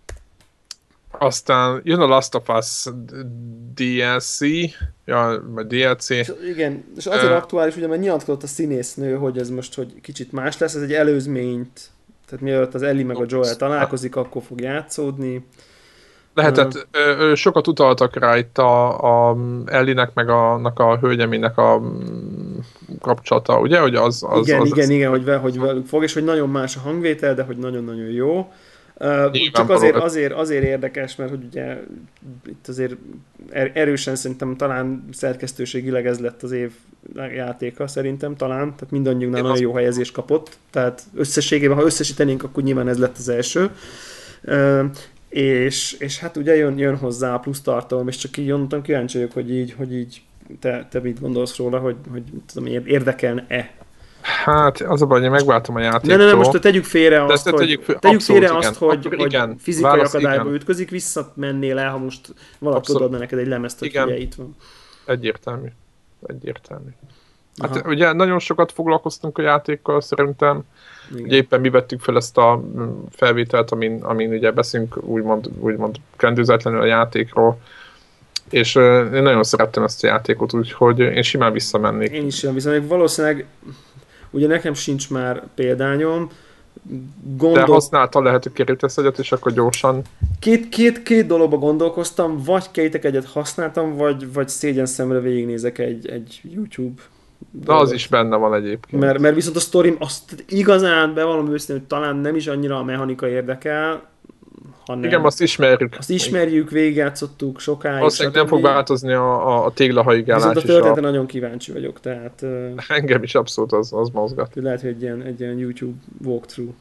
aztán jön a Last of Us dé el cé, ja, vagy dé el cé. És igen, és azért Ö, aktuális, ugye, mert nyilatkozott a színésznő, hogy ez most hogy kicsit más lesz, ez egy előzményt, tehát mielőtt az Ellie meg a Joel találkozik, akkor fog játszódni. Lehetett, ö, sokat utaltak rá itt a, a Ellie-nek meg a, annak a hölgyemének a kapcsolata, ugye? Hogy az, az, igen, az, igen, az, igen, hogy, hogy velük fog, és hogy nagyon más a hangvétel, de hogy nagyon-nagyon jó. Uh, csak azért, azért, azért érdekes, mert hogy ugye itt azért erősen szerintem talán szerkesztőségileg ez lett az év játéka szerintem talán, tehát mindannyiunknál nagyon jó helyezést kapott, tehát összességében, ha összesítenénk, akkor nyilván ez lett az első. Uh, És, és hát ugye jön, jön hozzá a plusz tartalom, és csak így mondtam, kíváncsi vagyok, hogy így, hogy így te, te mit gondolsz róla, hogy, hogy tudom, érdekelne-e? Hát az a baj, hogy én megváltom a játéktól. Ne, ne, ne, most tegyük félre azt, de hogy, tegyük, félre, tegyük abszolút, félre igen. azt, hogy, Akkor hogy igen. fizikai Válasz, akadályba igen. ütközik, visszamennél el, ha most valaki Abszolút. tudod neked egy lemezt, hogy Igen. ugye itt van. Egyértelmű. Egyértelmű. Hát Aha. ugye nagyon sokat foglalkoztunk a játékkal szerintem. Igen. Ugye éppen mi vettük fel ezt a felvételt, amin, amin ugye beszélünk úgymond, úgymond kendőzetlenül a játékról. És uh, én nagyon szerettem ezt a játékot, úgyhogy én simán visszamennék. Én is simán visszamennék. Valószínűleg, ugye nekem sincs már példányom. Gondol... De használtan lehet, hogy kerítesz egyet, és akkor gyorsan... Két, két, két dologba gondolkoztam, vagy kerítek egyet használtam, vagy, vagy szégyen szemre végignézek egy, egy YouTube de az is benne van egyébként. Mert, mert viszont a sztorim, azt igazán bevallom őszintén, hogy talán nem is annyira a mechanika érdekel, hanem... Igen, azt ismerjük. Azt ismerjük, végigjátszottuk sokáig. Valószínűleg nem fog változni a, a, a téglahaigálás. Viszont a történetre a... nagyon kíváncsi vagyok, tehát... Engem is abszolút az, az mozgat. Lehet, hogy egy ilyen, egy ilyen YouTube walkthrough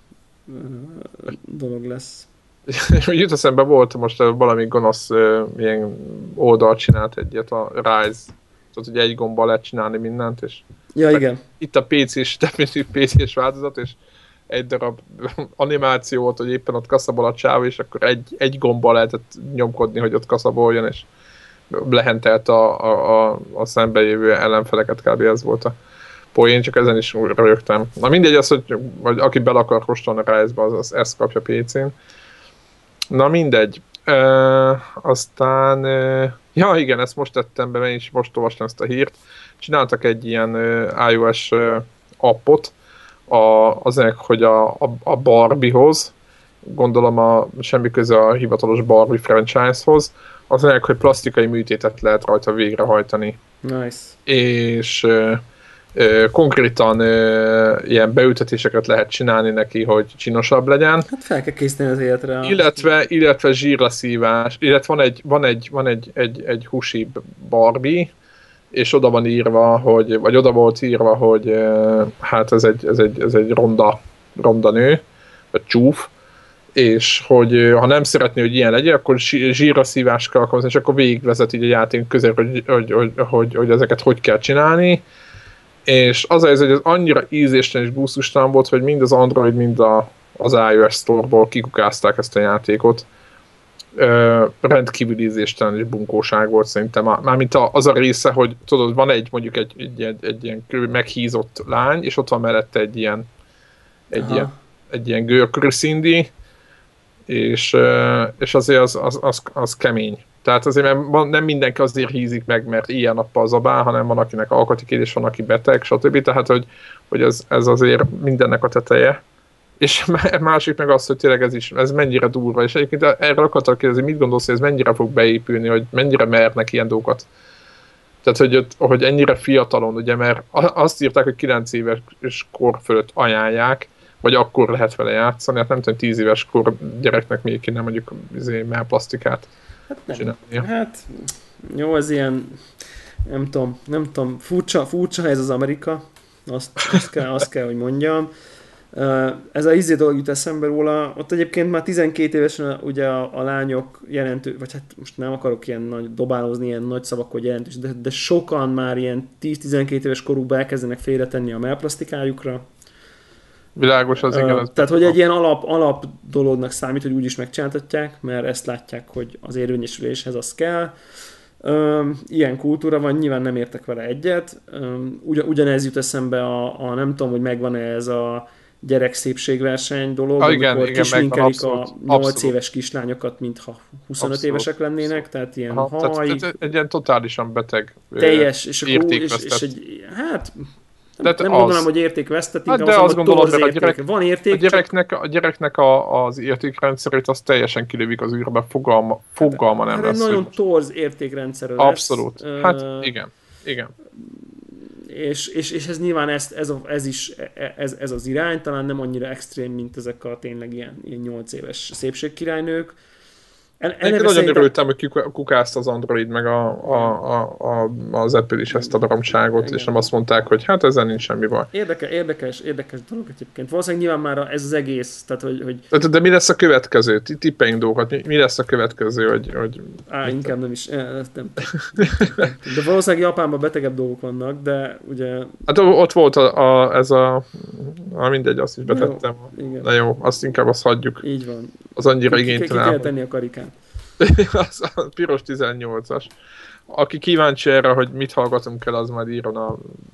dolog lesz. Jut eszembe, volt most valami gonosz ilyen oldalt csinált egyet, a Rise. Tehát ugye egy gombbal lehet csinálni mindent, és... Ja, igen. Itt a pé cés, definitív pé cés változat, és egy darab animáció volt, hogy éppen ott kaszabol a csáv, és akkor egy, egy gombbal lehetett nyomkodni, hogy ott kaszaboljon, és lehentelt a, a, a, a szembejövő ellenfeleket, kb. Ez volt a poén, csak ezen is rögtem. Na mindegy, az, hogy, hogy aki bele akar kóstolni a Rise-ba, az, az ezt kapja pé cén. Na mindegy. E, aztán... E, ja igen, ezt most tettem be, mert én is most olvastam ezt a hírt. Csináltak egy ilyen e, iOS e, appot, A, azért, hogy a, a, a Barbie-hoz, gondolom a semmi köze a hivatalos Barbie franchise-hoz, azért, hogy plastikai műtétet lehet rajta végrehajtani. Nice. És ö, ö, konkrétan ö, ilyen beültetéseket lehet csinálni neki, hogy csinosabb legyen. Hát fel kell készíteni az életre. Illetve, illetve zsírleszívás, illetve van egy, van egy, van egy, egy, egy husi Barbie, és oda van írva, hogy, vagy oda volt írva, hogy hát ez egy, ez egy, ez egy ronda, ronda nő, vagy csúf, és hogy ha nem szeretné, hogy ilyen legyen, akkor zsírra szívást kell alkalmazni, és akkor végigvezet így a játék közé, hogy, hogy, hogy, hogy, hogy ezeket hogy kell csinálni, és az az, hogy ez annyira ízéstelen és gusztustalan volt, hogy mind az Android, mind a, az iOS Store-ból kikukázták ezt a játékot. Ö, rendkívül ízéstelen és bunkóság volt szerintem. Mármint az a része, hogy tudod, van egy mondjuk egy, egy, egy, egy ilyen meghízott lány, és ott van mellette egy ilyen egy ilyen, egy ilyen görkörű Cindy, és, és azért az, az, az, az kemény. Tehát azért nem mindenki azért hízik meg, mert ilyen nappal zabál, hanem van akinek alkati kérdés, van aki beteg, stb. Tehát, hogy, hogy ez, ez azért mindennek a teteje. És másik meg az, hogy tényleg ez is, ez mennyire durva, és egyébként erről akartam kérdezni, mit gondolsz, hogy ez mennyire fog beépülni, hogy mennyire mernek ilyen dolgokat. Tehát, hogy, hogy ennyire fiatalon, ugye, mert azt írták, hogy kilenc éves kor fölött ajánlják, vagy akkor lehet vele játszani, hát nem tudom, tíz éves kor gyereknek még kéne mondjuk mellplasztikát hát nem. csinálnia. Hát jó, ez ilyen, nem tudom, nem tudom, furcsa, furcsa ez az Amerika, azt, azt, kell, azt kell, hogy mondjam. Ez a izé dolog jut eszembe róla, ott egyébként már tizenkét évesen ugye a, a lányok jelentő, vagy hát most nem akarok ilyen nagy dobálózni, ilyen nagy szavakkal jelentős, de, de sokan már ilyen tíz-tizenkét éves korukban elkezdenek félretenni a mellplasztikájukra. Világos az, igen. Uh, tehát, hogy egy ilyen alap, alap dolognak számít, hogy úgyis megcsináltatják, mert ezt látják, hogy az érvényesüléshez az kell. Um, ilyen kultúra van, nyilván nem értek vele egyet. Um, ugyan, ugyanez jut eszembe a, a, nem tudom, hogy megvan-e ez a gyerek szépségverseny dolog, ah, igen, amikor kisminkelik a nyolc éves kislányokat, mintha huszonöt abszolút. Évesek lennének, abszolút. Tehát ilyen Aha, haj... Tehát, tehát egy ilyen totálisan beteg teljes, és, akkor, és, és egy, hát nem, nem mondanám, hogy értékvesztett, hát de azt gondolom, hogy a, gyerek, van érték, a gyereknek, csak... a gyereknek a, az értékrendszerét az teljesen kilövik az űrbe, fogalma, fogalma hát, nem hát lesz. Hát egy nagyon torz értékrendszerű lesz. Abszolút, hát uh, igen, igen. És, és, és ez nyilván ez, ez, a, ez is ez, ez az irány, talán nem annyira extrém, mint ezek a tényleg ilyen, ilyen nyolc éves szépségkirálynők. Én nagyon szerintem... örültem, hogy kukázta az Android, meg a, a, a, a, az Apple is ezt a darabságot, igen. És nem azt mondták, hogy hát ezzel nincs semmi baj. Érdekes, érdekes, érdekes dolog egyébként. Valószínűleg nyilván már ez az egész, tehát hogy... hogy... De, de mi lesz a következő? Tippeljünk dolgokat. Mi, mi lesz a következő, hogy... hogy Á, inkább nem is. Nem, nem. De valószínűleg Japánban betegebb dolgok vannak, de ugye... Hát ott volt a, a, ez a... a mindegy, azt is betettem. Jó, na jó, azt inkább azt hagyjuk. Így van. Az annyira ki, igénytelen. Ki, ki kell tenni a karikán. Az a piros tizennyolcas. Aki kíváncsi erre, hogy mit hallgatunk el, az majd írjon a...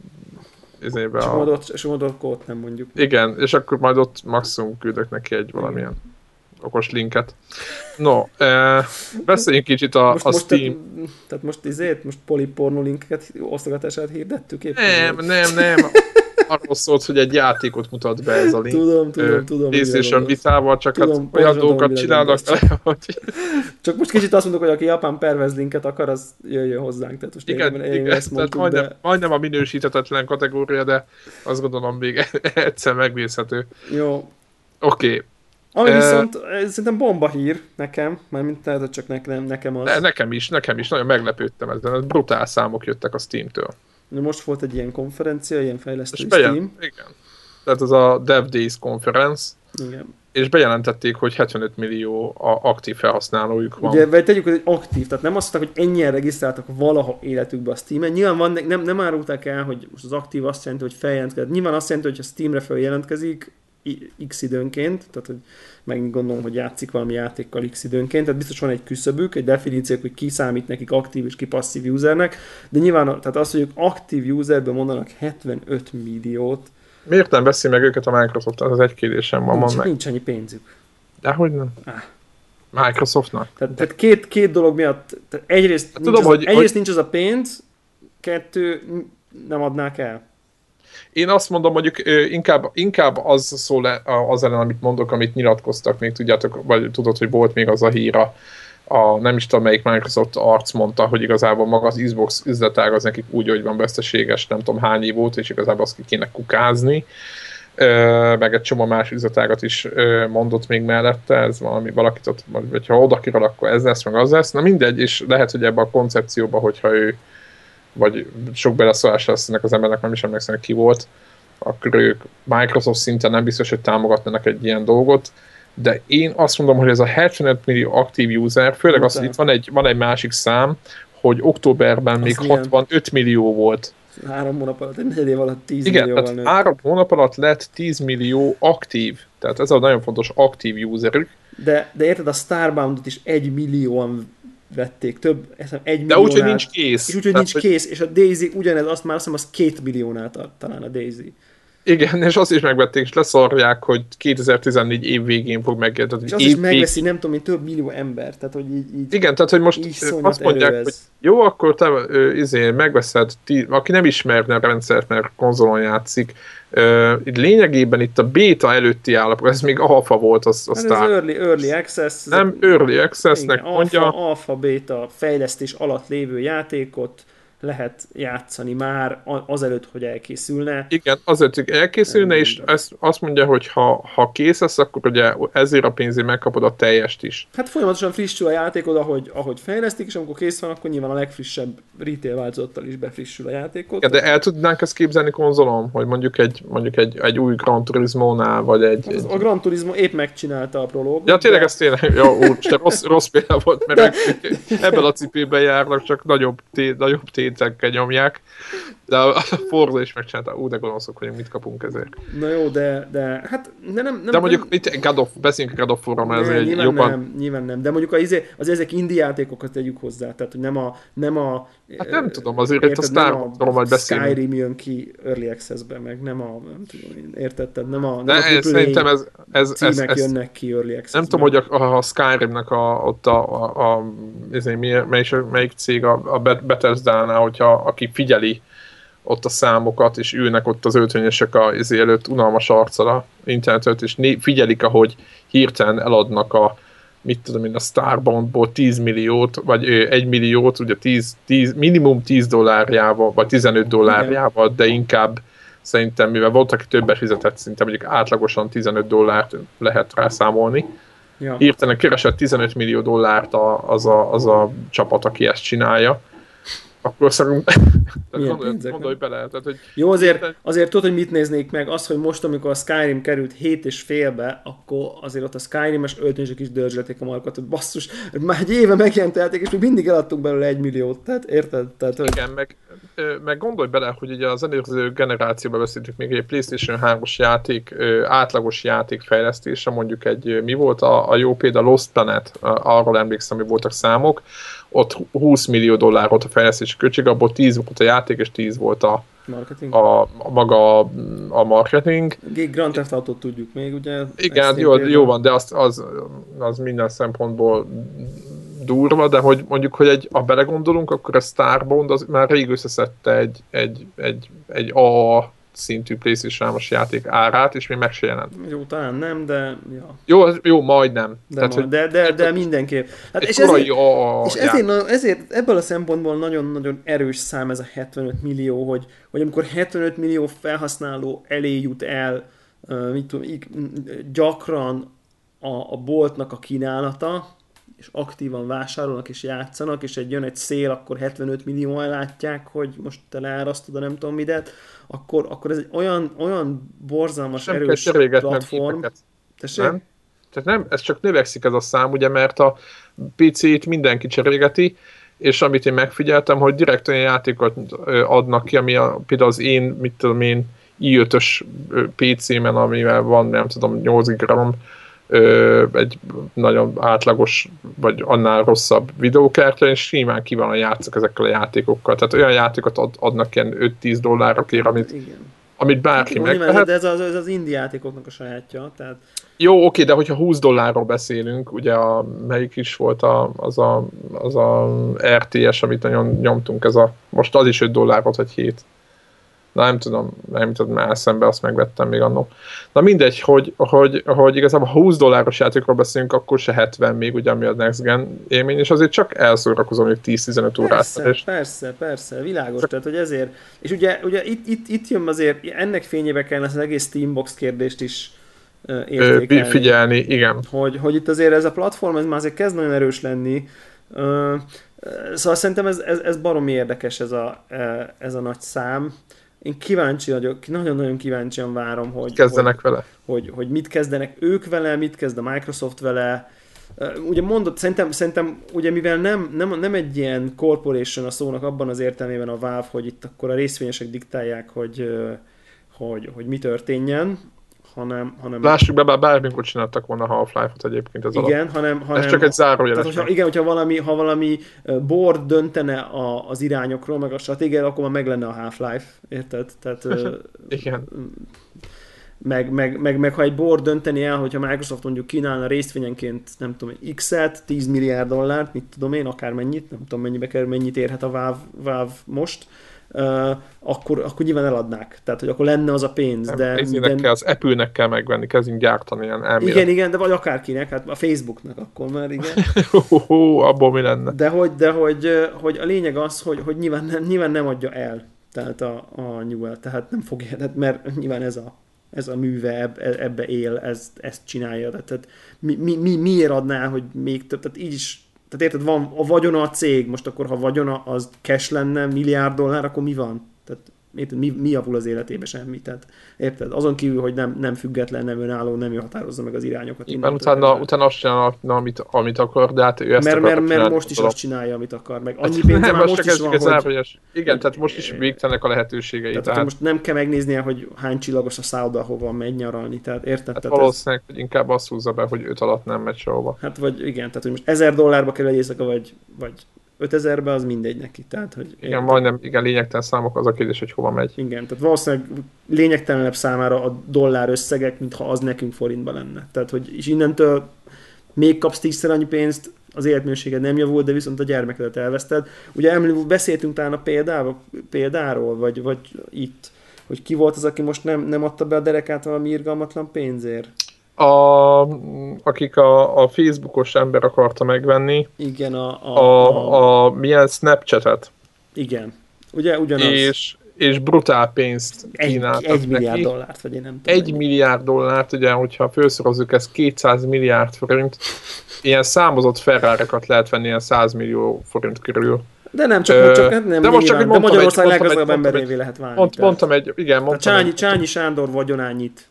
Izébe a... Somodott kód, nem mondjuk. Igen, és akkor majd ott maximum küldök neki egy valamilyen igen. okos linket. No, eh, beszéljünk kicsit a, most, a most Steam... Tehát, tehát most izét, most poliporno linkeket osztogatását hirdettük éppen? Nem, nem, nem. Arról szólt, hogy egy játékot mutat be ez a link. Tudom, tudom, tudom. PlayStation Vitával, csak tudom, hát olyan dolgokat csinálnak. hogy... Csak most kicsit azt mondok, hogy aki japán pervez linket akar, az jöjjön hozzánk. Tehát most igen, én, igen, ezt mondtuk, majdnem, de... majdnem a minősíthetetlen kategória, de azt gondolom még egyszer megvészhető. Jó. Oké. Okay. Ami uh, viszont szerintem bomba hír nekem, mármint tehát csak nekem, nekem az. Ne, nekem is, nekem is, nagyon meglepődtem ezen, brutál számok jöttek a Steam-től. Most volt egy ilyen konferencia, ilyen fejlesztői bejel... Steam. Igen. Tehát az a Dev Days Conference. Igen. És bejelentették, hogy hetvenöt millió a aktív felhasználójuk van. Ugye, vagy tegyük, hogy aktív, tehát nem azt mondták, hogy ennyien regisztráltak valaha életükbe a Steam-en. Nyilván van, nem, nem árulták el, hogy most az aktív azt jelenti, hogy feljelentkezik. Nyilván azt jelenti, hogy ha Steamre feljelentkezik x időnként, tehát hogy megint gondolom, hogy játszik valami játékkal x időnként, tehát biztos van egy küszöbük, egy definíciók, hogy ki számít nekik aktív és ki passzív usernek, de nyilván tehát az, hogy ők aktív userből mondanak hetvenöt milliót. Miért nem veszi meg őket a Microsoft? Az egy kérdésem van. Nincs, meg. nincs annyi pénzük. Dehogy nem. Ah. Microsoftnak. Tehát, tehát két, két dolog miatt, tehát egyrészt, hát nincs, tudom, az, hogy, egyrészt hogy... nincs az a pénz, kettő nem adnák el. Én azt mondom, mondjuk inkább, inkább az szól az ellen, amit mondok, amit nyilatkoztak még, tudjátok, vagy tudod, hogy volt még az a híra, a, nem is tudom melyik Microsoft arc mondta, hogy igazából maga az Xbox üzletág az nekik úgy, hogy van veszteséges, nem tudom hány év volt, és igazából azt ki kéne kukázni, meg egy csomó más üzletágat is mondott még mellette, ez valami valakit ott, vagy ha oda kiral, akkor ez lesz, meg az lesz, na mindegy, és lehet, hogy ebben a koncepcióban, hogyha ő vagy sok beleszólás lesz ennek az embernek, nem is emlékszem, ki volt, akkor ők Microsoft szinten nem biztos, hogy támogatnának egy ilyen dolgot, de én azt mondom, hogy ez a hetvenöt millió aktív user, főleg az, hogy itt van egy, van egy másik szám, hogy októberben az még milyen? hatvanöt millió volt. Három hónap alatt, egy negyed év alatt tíz igen, millióval tehát három hónap alatt lett tíz millió aktív, tehát ez a nagyon fontos aktív userük. De, de érted, a Starbound-ot is egy millióan vették, több, egy milliónál. De úgyhogy nincs kész. És úgyhogy nincs hogy... kész, és a Daisy ugyanez, azt már azt hiszem, az két milliónál talán a Daisy. Igen, és azt is megvették, és leszarják, hogy kétezer-tizennégy év végén fog megjelenni. És azt is megveszi, vég... nem tudom, mint több millió ember. Tehát, hogy így, így, igen, tehát, hogy most azt mondják, hogy jó, akkor te izé, megveszed, tí, aki nem ismerne a rendszert, mert konzolon játszik, uh, lényegében itt a beta előtti állapot, ez még alfa volt, az, az hát ez early, early access. Nem, early accessnek igen, mondja. Alfa, alfa, beta fejlesztés alatt lévő játékot lehet játszani már azelőtt, hogy elkészülne. Igen, azért, hogy elkészülne, és ezt azt mondja, hogy ha, ha kész lesz, akkor ugye ezért a pénzért megkapod a teljest is. Hát folyamatosan frissül a játékod, ahogy, ahogy fejlesztik, és amikor kész van, akkor nyilván a legfrissebb retail változattal is befrissül a játékot. Ja, de el tudnánk ezt képzelni konzolon, hogy mondjuk egy, mondjuk egy, egy új Gran Turismo-nál, vagy egy... Az, egy... A Gran Turismo épp megcsinálta a prológot. Ja, tényleg de... ez tényleg, jó, úgy, rossz, rossz példa volt, mert de... ebben a cipében járnak, csak nagyobb, té, nagyobb tétekkel nyomják, de a Forza is megcsinálta, ú, de gonoszok vagyunk, mit kapunk ezért. Na jó, de, de hát de nem... nem de mondjuk, nem... itt God of, beszéljünk God of War-ra, mert ez egy nyilván jobban... Nem, nyilván nem, de mondjuk az, az ezek indie játékokat tegyük hozzá, tehát hogy nem a... Nem a hát nem tudom, azért itt a Star Wars-ról majd beszélünk. Skyrim jön ki Early Access-ben, meg nem a... Nem tudom, értetted, nem a... De nem ez, szerintem ez... ez, ez, címek ez jönnek ki Early Access-ben. Nem tudom, hogy a, a Skyrimnek a, ott a... a, a ezért mi, melyik, melyik cég a, a Bethesda-nál, hogyha aki figyeli ott a számokat, és ülnek ott az öltönyösök az előtt unalmas arccal internetet, és né- figyelik, ahogy hirtelen eladnak a, mit tudom én, a Starboundból tíz milliót, vagy egy milliót, ugye tíz, tíz, minimum tíz dollárjával, vagy tizenöt dollárjával, de inkább szerintem, mivel volt, aki többet fizetett, szinte mondjuk átlagosan tizenöt dollárt lehet rá számolni, Ja. Hirtelen keresett tizenöt millió dollárt a, az, a, az a csapat, aki ezt csinálja. Akkor szerintem gondolj, gondolj bele. Tehát, hogy jó, azért, érten... azért tudod, hogy mit néznék meg. Az, hogy most, amikor a Skyrim került hét és félbe, akkor azért ott a Skyrim-es öltönyösök is dörzsölték a markat, hogy basszus, már egy éve megjelent játék, és még mindig eladtunk belőle egy milliót. Tehát érted? Tehát, hogy... Igen, meg, meg gondolj bele, hogy ugye az előző generációban beszéltük még egy PlayStation hármas játék, átlagos játék fejlesztése, mondjuk egy, mi volt a, a jó példa, Lost Planet, arról emlékszem, hogy voltak számok, ott húsz millió dollár volt a fejlesztési költség, abból tíz volt a játék, és tíz volt a, marketing. a, a maga a marketing. Grand Theft Auto-t tudjuk még, ugye? Igen, jó, jó van, de az, az, az minden szempontból durva, de hogy mondjuk, hogy egy, ha belegondolunk, akkor a Starbond az már rég összeszedte egy, egy, egy, egy A szintű PlayStation hármas játék árát, és még meg se jelent. Jó, talán nem, de... Ja. Jó, jó, majdnem. De, Tehát, majd, de, de, de mindenképp. Hát és ezért, a, és ezért, na, ezért ebből a szempontból nagyon-nagyon erős szám ez a hetvenöt millió, hogy, hogy amikor hetvenöt millió felhasználó elé jut el, uh, mit tudom, gyakran a, a boltnak a kínálata, és aktívan vásárolnak és játszanak, és egy jön egy szél, akkor hetvenöt millióan látják, hogy most te leárasztod a nem tudom midet, akkor, akkor ez egy olyan, olyan borzalmas, nem erős platform. Nem? Tehát nem, ez csak növekszik ez a szám, ugye, mert a pé cét mindenki cserégeti, és amit én megfigyeltem, hogy direkt olyan játékot adnak ki, ami a, például az én, mit tudom én, i ötös pé cémen, amivel van, nem tudom, nyolc giga RAM, egy nagyon átlagos, vagy annál rosszabb videókártya, és simán ki van a játszok ezekkel a játékokkal. Tehát olyan játékot ad, adnak ilyen öt-tíz dollárokért, amit, amit bárki hát, megvehet. De ez az, ez az indie játékoknak a sajátja. Tehát... Jó, oké, de hogyha húsz dollárról beszélünk, ugye a, melyik is volt a, az, a, az a er té es, amit nagyon nyomtunk, ez a, most az is öt dollárot, vagy hét. Na, nem tudom, nem tudom, eszembe, azt megvettem még annól. Na mindegy, hogy, hogy, hogy igazából ha húsz dolláros játékról beszélünk, akkor se hetven még, ugye, ami a Next Gen élmény, és azért csak elszórakozom még tíz-tizenöt órát. Persze, és... persze, persze, világos, csak... tehát hogy ezért, és ugye, ugye itt, itt, itt jön azért, ennek fényébe kellene az egész Steambox kérdést is uh, értékelni. Figyelni, igen. Hogy, hogy itt azért ez a platform, ez már azért kezd nagyon erős lenni, uh, szóval szerintem ez, ez, ez baromi érdekes ez a, ez a nagy szám. Én kíváncsi vagyok, nagyon-nagyon kíváncsian várom, hogy, kezdenek hogy, vele. Hogy, hogy mit kezdenek ők vele, mit kezd a Microsoft vele. Ugye mondott, szerintem, szerintem ugye mivel nem, nem, nem egy ilyen corporation a szónak abban az értelmében a Valve, hogy itt akkor a részvényesek diktálják, hogy, hogy, hogy mi történjen, hanem... hanem Lássuk be, bár bármikor csináltak volna Half-Life-ot egyébként az igen, alatt. hanem, hanem... Ez csak egy zárójeles. Tehát, hogyha, igen, hogyha valami, ha valami board döntene a, az irányokról, meg a stratégiáról, akkor már meg lenne a Half-Life, érted? Tehát, igen. Meg, meg, meg, meg ha egy board dönteni el, hogyha Microsoft mondjuk kínálna részvényenként, nem tudom, X-et, tíz milliárd dollárt, mit tudom én, akármennyit, nem tudom mennyibe kerül, mennyit érhet a Valve, Valve most, Uh, akkor, akkor nyilván eladnák. Tehát, hogy akkor lenne az a pénz. Nem, de, de... kell, az Apple-nek kell megvenni, kezdjünk gyártani ilyen elmélet. Igen, igen, de vagy akárkinek, hát a Facebooknak akkor már, igen. Hú, abból mi lenne? De hogy, de hogy, hogy a lényeg az, hogy, hogy nyilván, nem, nyilván nem adja el tehát a, a Newell, tehát nem fogja, tehát mert nyilván ez a, ez a műve eb, ebbe él, ez, ezt csinálja. Tehát mi, mi, mi, miért adná, hogy még több, tehát így is. Tehát érted, van a vagyona a cég, most akkor ha vagyona az cash lenne, milliárd dollár, akkor mi van? Tehát érted, mi, mi javul az életébe? Semmi. Tehát érted, azon kívül, hogy nem, nem független, nem önálló, nem ő határozza meg az irányokat. Igen, utána, utána azt csinálna, amit, amit akar, de hát ő ezt mert, mert, mert most is tudom. azt csinálja, amit akar, meg annyi pénze már most is van, hogy... hogy... Igen, tehát most is végtelenek a lehetőségei. Tehát, tehát most nem kell megnéznie, hogy hány csillagos a szálloda, hova megy nyaralni, tehát érted? Hát tehát valószínűleg, ez... hogy inkább azt húzza be, hogy öt alatt nem megy sehova. Hát vagy igen, tehát hogy most ezer dollárba kerül egy éjszaka, vagy, vagy ötezerbe, az mindegy neki. Tehát, hogy igen, majdnem, igen, lényegtelen számok, az a kérdés, hogy hova megy. Igen, tehát valószínűleg lényegtelenebb számára a dollár összegek, mintha az nekünk forintban lenne. Tehát, hogy és innentől még kapsz tízszer annyi pénzt, az életminőséged nem javul, de viszont a gyermekedet elveszted. Ugye emlő, beszéltünk talán a példáról, példáról vagy, vagy itt, hogy ki volt az, aki most nem, nem adta be a derekát valami irgalmatlan pénzért? A, akik a, a Facebookos ember akarta megvenni. Igen, a... A, a, a, a milyen Snapchatet. Igen. Ugye ugyanaz. És, és brutál pénzt kínáltak egy, egy milliárd neki. dollárt, vagy én nem tudom. Egy milliárd dollárt, ugye, hogyha felszorozzuk, ez kétszáz milliárd forint, ilyen számozott Ferrari-kat lehet venni ilyen száz millió forint körül. De nem csak, Ö, csak nem, nem de most csak, de Magyarország leggazdagabb emberévé lehet válni. Mond, mondtam egy, igen, mondtam Csányi, egy. Csányi Sándor vagyonányit.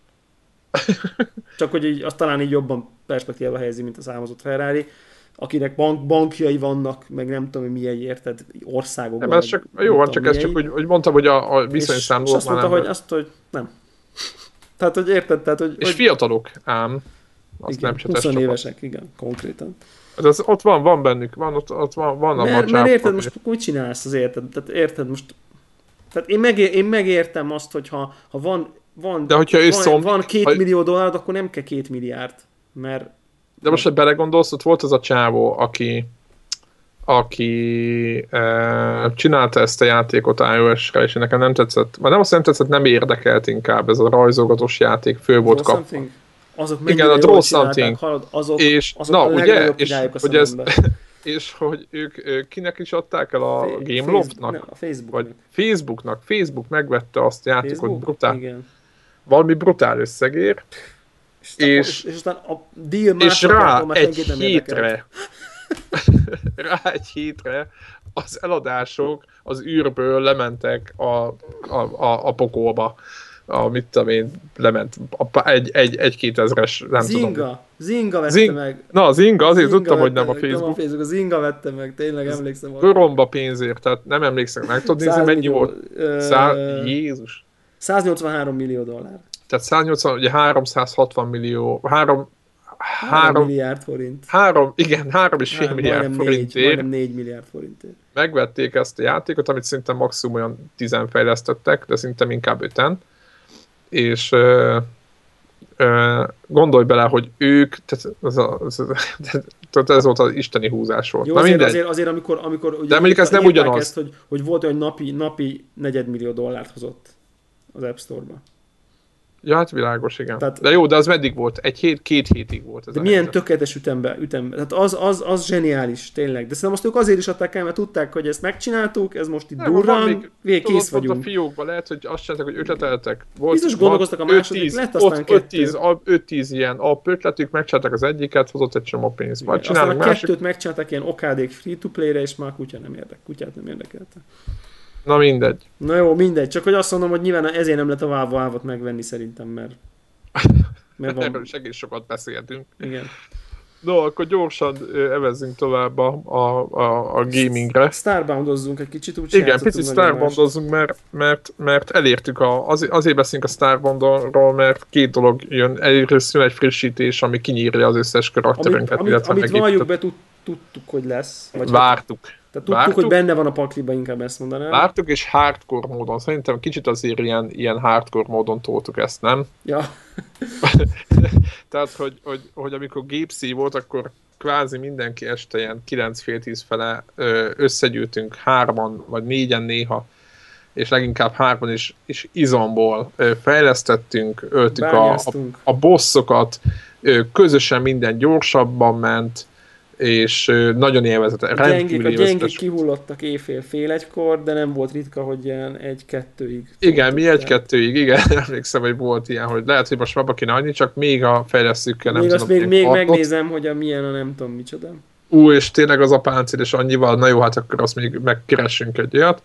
Csak hogy így, azt talán így jobban perspektívába helyezi, mint a számozott Ferrari, akinek bank, bankjai vannak, meg nem tudom, milyen érted, országokban. Nem, ez csak, jó van, csak ez csak, hogy, hogy mondtam, hogy a, a viszonyszámlók és azt mondta, hogy azt, hogy nem. Tehát, hogy érted? Tehát, hogy, és hogy... fiatalok, ám. Azt igen, nem húsz évesek, igen, konkrétan. Az, ott van, van bennük, van, ott, ott van, van a mert, macsább. Mert érted, most úgy csinálsz az érted? Tehát érted, most... Tehát én, megér, én megértem azt, hogy ha, ha van, van, de hogyha van, szomb, van két ha... millió dollárod, akkor nem kell két milliárd, mert... De most, hogy belegondolsz, ott volt az a csávó, aki aki e, csinálta ezt a játékot iOS-re, és nekem nem tetszett, vagy nem azt nem tetszett, nem érdekelt inkább, ez a rajzolgatós játék föl volt kapva. Azok igen, a Draw Something. Halad, azok, és, azok na, a ugye, és hogy, ez, és hogy ők, ők kinek is adták el a F- Gameloftnak? A Facebooknak. Vagy Facebooknak. Facebook megvette azt a játékot Facebook? brutál. Igen. Valami brutál összegér. És, és, és aztán a deal és rá egy hétre rá egy hétre az eladások az űrből lementek a, a, a, a pokolba. A, mit tudom én, lement a, egy, egy, egy kétezres, nem Zinga. tudom. Zinga vette Zing, meg. Na, Zinga, azért Zinga tudtam, hogy nem a meg, Facebook. Nem a Facebook, a Zinga vette meg, tényleg emlékszem. Köromba pénzért, tehát nem emlékszem, meg tudod nézni, mennyi millió, volt? Ö... Szá... Jézus. száznyolcvanhárom millió dollár. Tehát száznyolcvan, ugye háromszázhatvan millió, három, három, három milliárd forint. Három, igen, három és fél milliárd forintért. Majdnem négy milliárd forintért. Megvették ezt a játékot, amit szinte maximum olyan tízen fejlesztettek, de szinte inkább öten. És ö, ö, gondolj bele, hogy ők, tehát ez, a, ez, tehát ez volt az isteni húzás volt. Jó, Na azért, azért, azért, amikor, amikor ugye de mondjuk ez nem ugyanaz. Ezt, hogy, hogy volt olyan napi, napi negyedmillió dollárt hozott az App Store-ba. Ja, hát világos, igen. Tehát, de jó, de az meddig volt? Egy hét, két hétig volt ez de a milyen helyzet. tökéletes ütembe, ütembe. Tehát az, az, az zseniális, tényleg. De szerintem azt ők azért is adták el, mert tudták, hogy ezt megcsináltuk, ez most itt durran, végig kész vagyunk. A fiókban lehet, hogy azt csináltak, hogy ötleteltek. Volt, biztos gondolkoztak a második, lett aztán kettő. öt-tíz ilyen alapötletük, megcsináltak az egyiket, hozott egy csomó pénzt. Igen, aztán a másik... kettőt megcsináltak ilyen okádék free-to-play-re, és már kutya nem érdek, kutyát nem érdekelte. Na mindegy. Na jó, mindegy. Csak hogy azt mondom, hogy nyilván ezért nem lehet a Valve-ot megvenni szerintem, mert... mert van... Erről is egész sokat beszéltünk. Igen. No, akkor gyorsan evezzünk tovább a, a, a, a gamingre. Starboundozzunk egy kicsit, úgy igen, picit starboundozzunk, mert, mert, mert elértük, a, az, azért beszélünk a Starboundról, mert két dolog jön. Egyrészt jön egy frissítés, ami kinyírja az összes karakterünket. Amit, amit, amit valljuk be, tudtuk, hogy lesz. Vagy vártuk. Tehát tudtuk, Vártuk, hogy benne van a pakliba, inkább ezt mondanám. Vártuk, és hardcore módon. Szerintem kicsit azért ilyen, ilyen hardcore módon toltuk ezt, nem? Ja. Tehát, hogy, hogy, hogy amikor Gépszi volt, akkor kvázi mindenki este ilyen kilenc fél tíz fele összegyűltünk hárman, vagy négyen néha, és leginkább hárman is, is izomból fejlesztettünk, öltük a, a, a bosszokat, közösen minden gyorsabban ment, és nagyon élvezett. A gyengék, a gyengék kihullottak éjfél fél egykor, de nem volt ritka, hogy ilyen egy-kettőig. Igen, mi egy-kettőig, igen, emlékszem, hogy volt ilyen, hogy lehet, hogy most abba kéne annyi, csak még a fejlesztőkkel nem még tudom. Még, még megnézem, hogy a milyen a nem tudom micsoda. Ú, és tényleg az a páncél, és annyival, na jó, hát akkor azt még megkeressünk egy olyat.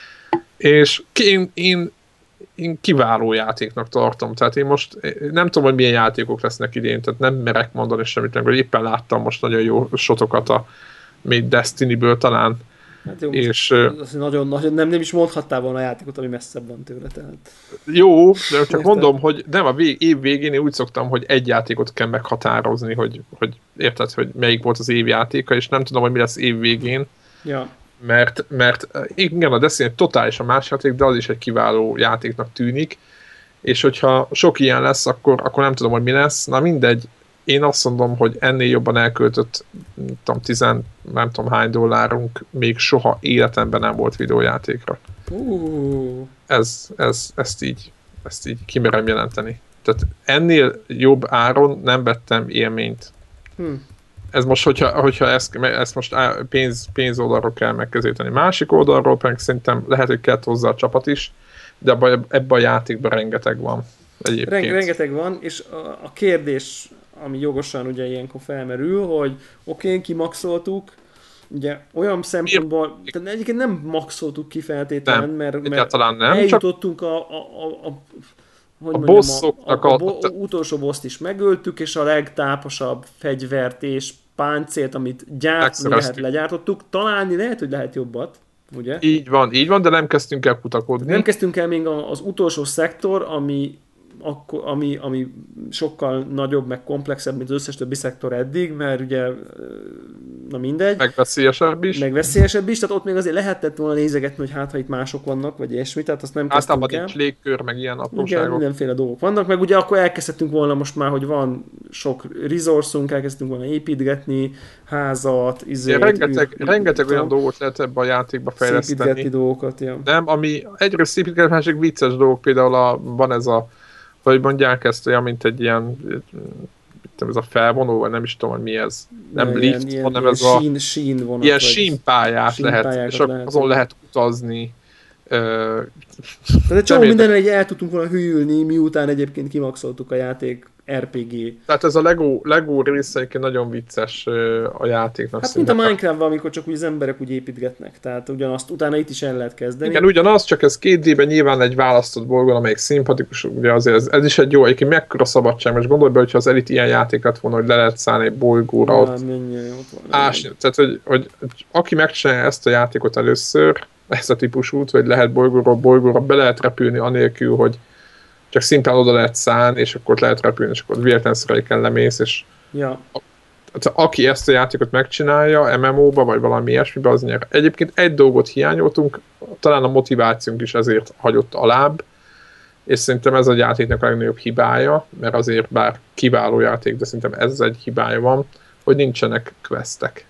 És én, én én kiváló játéknak tartom. Tehát én most nem tudom, hogy milyen játékok lesznek idén, tehát nem merek mondani semmit, mert éppen láttam most nagyon jó sotokat a még Destiny-ből talán. Hát jó, és nagyon, nagyon nem, nem is mondhattál volna a játékot, ami messzebb van tőle. Tehát. Jó, de csak érted? Mondom, hogy nem a vég, év végén én úgy szoktam, hogy egy játékot kell meghatározni, hogy, hogy érted, hogy melyik volt az évjátéka, és nem tudom, hogy mi lesz év végén. Ja. Mert, mert igen, a Destiny totálisan más játék, de az is egy kiváló játéknak tűnik, és hogyha sok ilyen lesz, akkor, akkor nem tudom, hogy mi lesz. Na mindegy, én azt mondom, hogy ennél jobban elköltött, nem tudom, tizen, nem tudom hány dollárunk még soha életemben nem volt videójátékra. Uh. Ez, ez, ezt így, ezt így kimerem jelenteni. Tehát ennél jobb áron nem vettem élményt. Hmm. ez most, hogyha, hogyha ezt, ezt most pénz, pénz oldalról kell megközelíteni. Másik oldalról pedig szerintem lehet, hogy kell hozzá a csapat is, de ebben ebbe a játékban rengeteg van egyébként. Ren, rengeteg van, és a, a kérdés, ami jogosan ugye ilyenkor felmerül, hogy oké, okay, kimaxoltuk, ugye olyan szempontból, tehát egyébként nem maxoltuk ki feltétlenül, mert, mert nem, eljutottunk a, a, a, a hogy a mondjam, a, a, a, a, bo- a utolsó boszt is megöltük, és a legtáposabb fegyvert és páncélt, amit gyártani lehet, legyártottuk. Találni lehet, hogy lehet jobbat, ugye? Így van, így van, de nem kezdtünk el kutakodni. Nem kezdtünk el még az utolsó szektor, ami, akkor, ami, ami sokkal nagyobb, meg komplexebb, mint az összes többi szektor eddig, mert ugye, na mindegy. Meg veszélyesebb is. Meg veszélyesebb is, tehát ott még azért lehetett volna nézegetni, hogy hát, ha itt mások vannak, vagy ilyesmi, tehát azt nem kezdtünk el. Általában nincs légkör, meg ilyen apróságok. Igen, mindenféle dolgok vannak, meg ugye akkor elkezdtünk volna most már, hogy van sok resource-unk, elkezdtünk volna építgetni, házat, izét. Rengeteg, űr, rengeteg űr, olyan dolgot lehet ebbe a játékba fejleszteni. Szépítgetni dolgokat, ja. Nem, ami egyrészt szépítgetni, másik vicces dolgok, például a, van ez a, hogy mondják ezt olyan, mint egy ilyen, ez a felvonó, vagy nem is tudom, hogy mi ez. Nem ja, lift, ilyen, hanem ilyen ez a sín, sín vonat, ilyen sínpályát lehet, és lehet, azon lehet utazni. Tehát egy csomó mindenre egy el tudtunk volna hűlni, miután egyébként kimaxoltuk a játék er pé gé. Tehát ez a Lego, Lego részeiként nagyon vicces a játéknak. Hát mint a Minecraftban, amikor csak úgy az emberek úgy építgetnek. Tehát ugyanazt utána itt is el lehet kezdeni. Igen, ugyanaz, csak ez két dében nyilván egy választott bolygón, amelyik szimpatikus, ugye azért ez, ez is egy jó, egyébként mekkora szabadság, most gondolj be, hogyha az Elit ilyen játékat volna, hogy le lehet szállni egy bolygóra ja, ott. Ásni. Tehát, hogy, hogy aki megcsinálja ezt a játékot először, ezt a típusút, hogy lehet bolygóról bolygóra, be lehet repülni anélkül, hogy csak szimplán oda lehet szállni, és akkor lehet repülni, és akkor véletlenszereiken lemész, és ja. Tehát, aki ezt a játékot megcsinálja em em o-ba, vagy valami ilyesmibe, az nyer. Egyébként egy dolgot hiányoltunk, talán a motivációnk is ezért hagyott alább, és szerintem ez a játéknak a legnagyobb hibája, mert azért bár kiváló játék, de szerintem ez egy hibája van, hogy questek.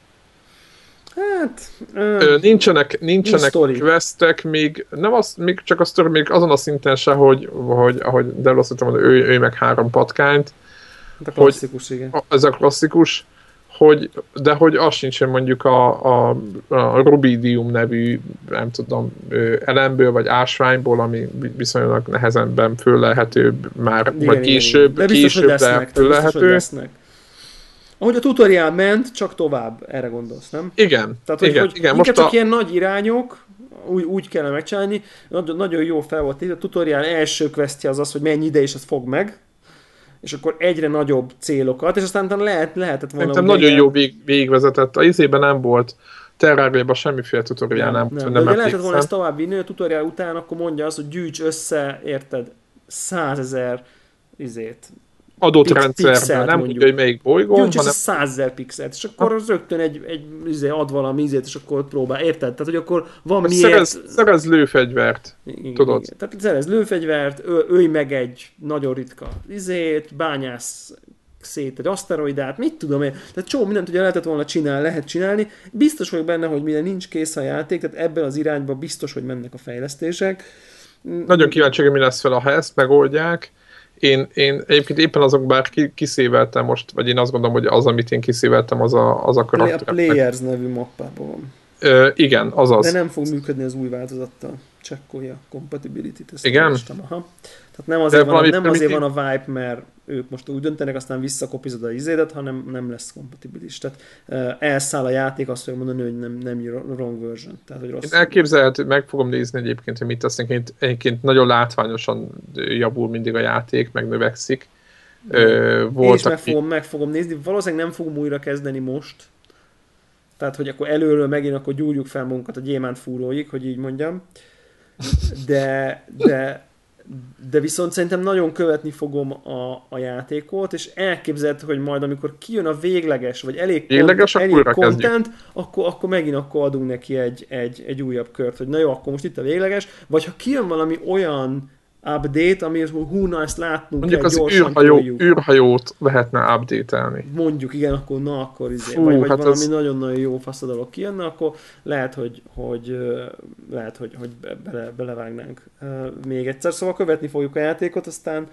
Hát, ö, nincsenek, nincsenek questek, még, nem az, még csak a sztori, még azon a szinten se, hogy, hogy ahogy Delos mondta, hogy ő, ő meg három patkányt. A klasszikus, hogy, igen. Ez a klasszikus, hogy, de hogy az sincs, hogy mondjuk a, a, a Rubidium nevű, nem tudom, elemből vagy ásványból, ami viszonylag nehezenben föllelhetőbb már, igen, vagy később, de biztos, később, lesznek, de föllelhető. Ahogy a tutoriál ment, csak tovább, erre gondolsz, nem? Igen, tehát, hogy, igen, hogy igen. Most csak a... ilyen nagy irányok, úgy, úgy kellene megcsinálni, nagyon, nagyon jó fel volt itt, a tutoriál első questje az az, hogy mennyi ide és azt fog meg, és akkor egyre nagyobb célokat, és aztán lehet, lehetett volna... Szerintem nagyon jó vég, végvezetett, a izében nem volt, Terrariában semmiféle tutoriál nem. Nem, nem, nem de lehetett volna ezt tovább vinni, a tutoriál után akkor mondja azt, hogy gyűjts össze, érted, százezer izét, adott rendszerben, nem tudja, hogy melyik bolygón, hanem... Gyűjts százezer pixelt, és akkor az rögtön egy, egy izé, ad valami izét, és akkor próbál, érted? Tehát, hogy akkor van miért... Szerez, szerez lőfegyvert, igen, tudod? Igen. Tehát szerez lőfegyvert, ö, ölj meg egy nagyon ritka izét, bányász szét egy aszteroidát, mit tudom én. Tehát csomó mindent ugye lehetett volna csinálni, lehet csinálni. Biztos vagyok benne, hogy mire nincs kész a játék, tehát ebben az irányban biztos, hogy mennek a fejlesztések. Nagyon kíváncsi, hogy mi lesz fel, ha ezt megoldják. Én, én egyébként éppen azok, bár kiszéveltem most, vagy én azt gondolom, hogy az, amit én kiszéveltem, az a, az a karakter. A Players nevű mappában van. Ö, igen, azaz. De nem fog működni az új változattal. Csekkolja a compatibility-t. Igen? Aha. Tehát nem azért, van, nem azért van a Vibe, mert ők most úgy döntenek, aztán visszakopizod a izédet, hanem nem lesz kompatibilis. Tehát uh, elszáll a játék, azt fogja mondani, hogy nem, nem wrong version. Tehát, hogy rossz. Én elképzelhető, meg fogom nézni egyébként, hogy mit tesznek. Egyébként, egyébként nagyon látványosan javul mindig a játék, meg növekszik. Ö, Én is meg fogom, meg fogom nézni. Valószínűleg nem fogom újra kezdeni most. Tehát, hogy akkor előről megint akkor gyúrjuk fel magunkat a gyémánt fúróig, hogy így mondjam. De, de, de viszont szerintem nagyon követni fogom a, a játékot, és elképzelhető, hogy majd amikor kijön a végleges, vagy elég, végleges, kont, elég content, akkor, akkor megint akkor adunk neki egy, egy, egy újabb kört, hogy na jó, akkor most itt a végleges, vagy ha kijön valami olyan update, ami az, hú, na ezt látnunk mondjuk kell, az gyorsan űrhajó, űrhajót lehetne update-elni. Mondjuk, igen, akkor na, akkor izé, Fú, vagy, vagy hát valami az... nagyon-nagyon jó faszadalok kijönne, akkor lehet, hogy, hogy lehet, hogy, hogy bele, belevágnánk uh, még egyszer. Szóval követni fogjuk a játékot, aztán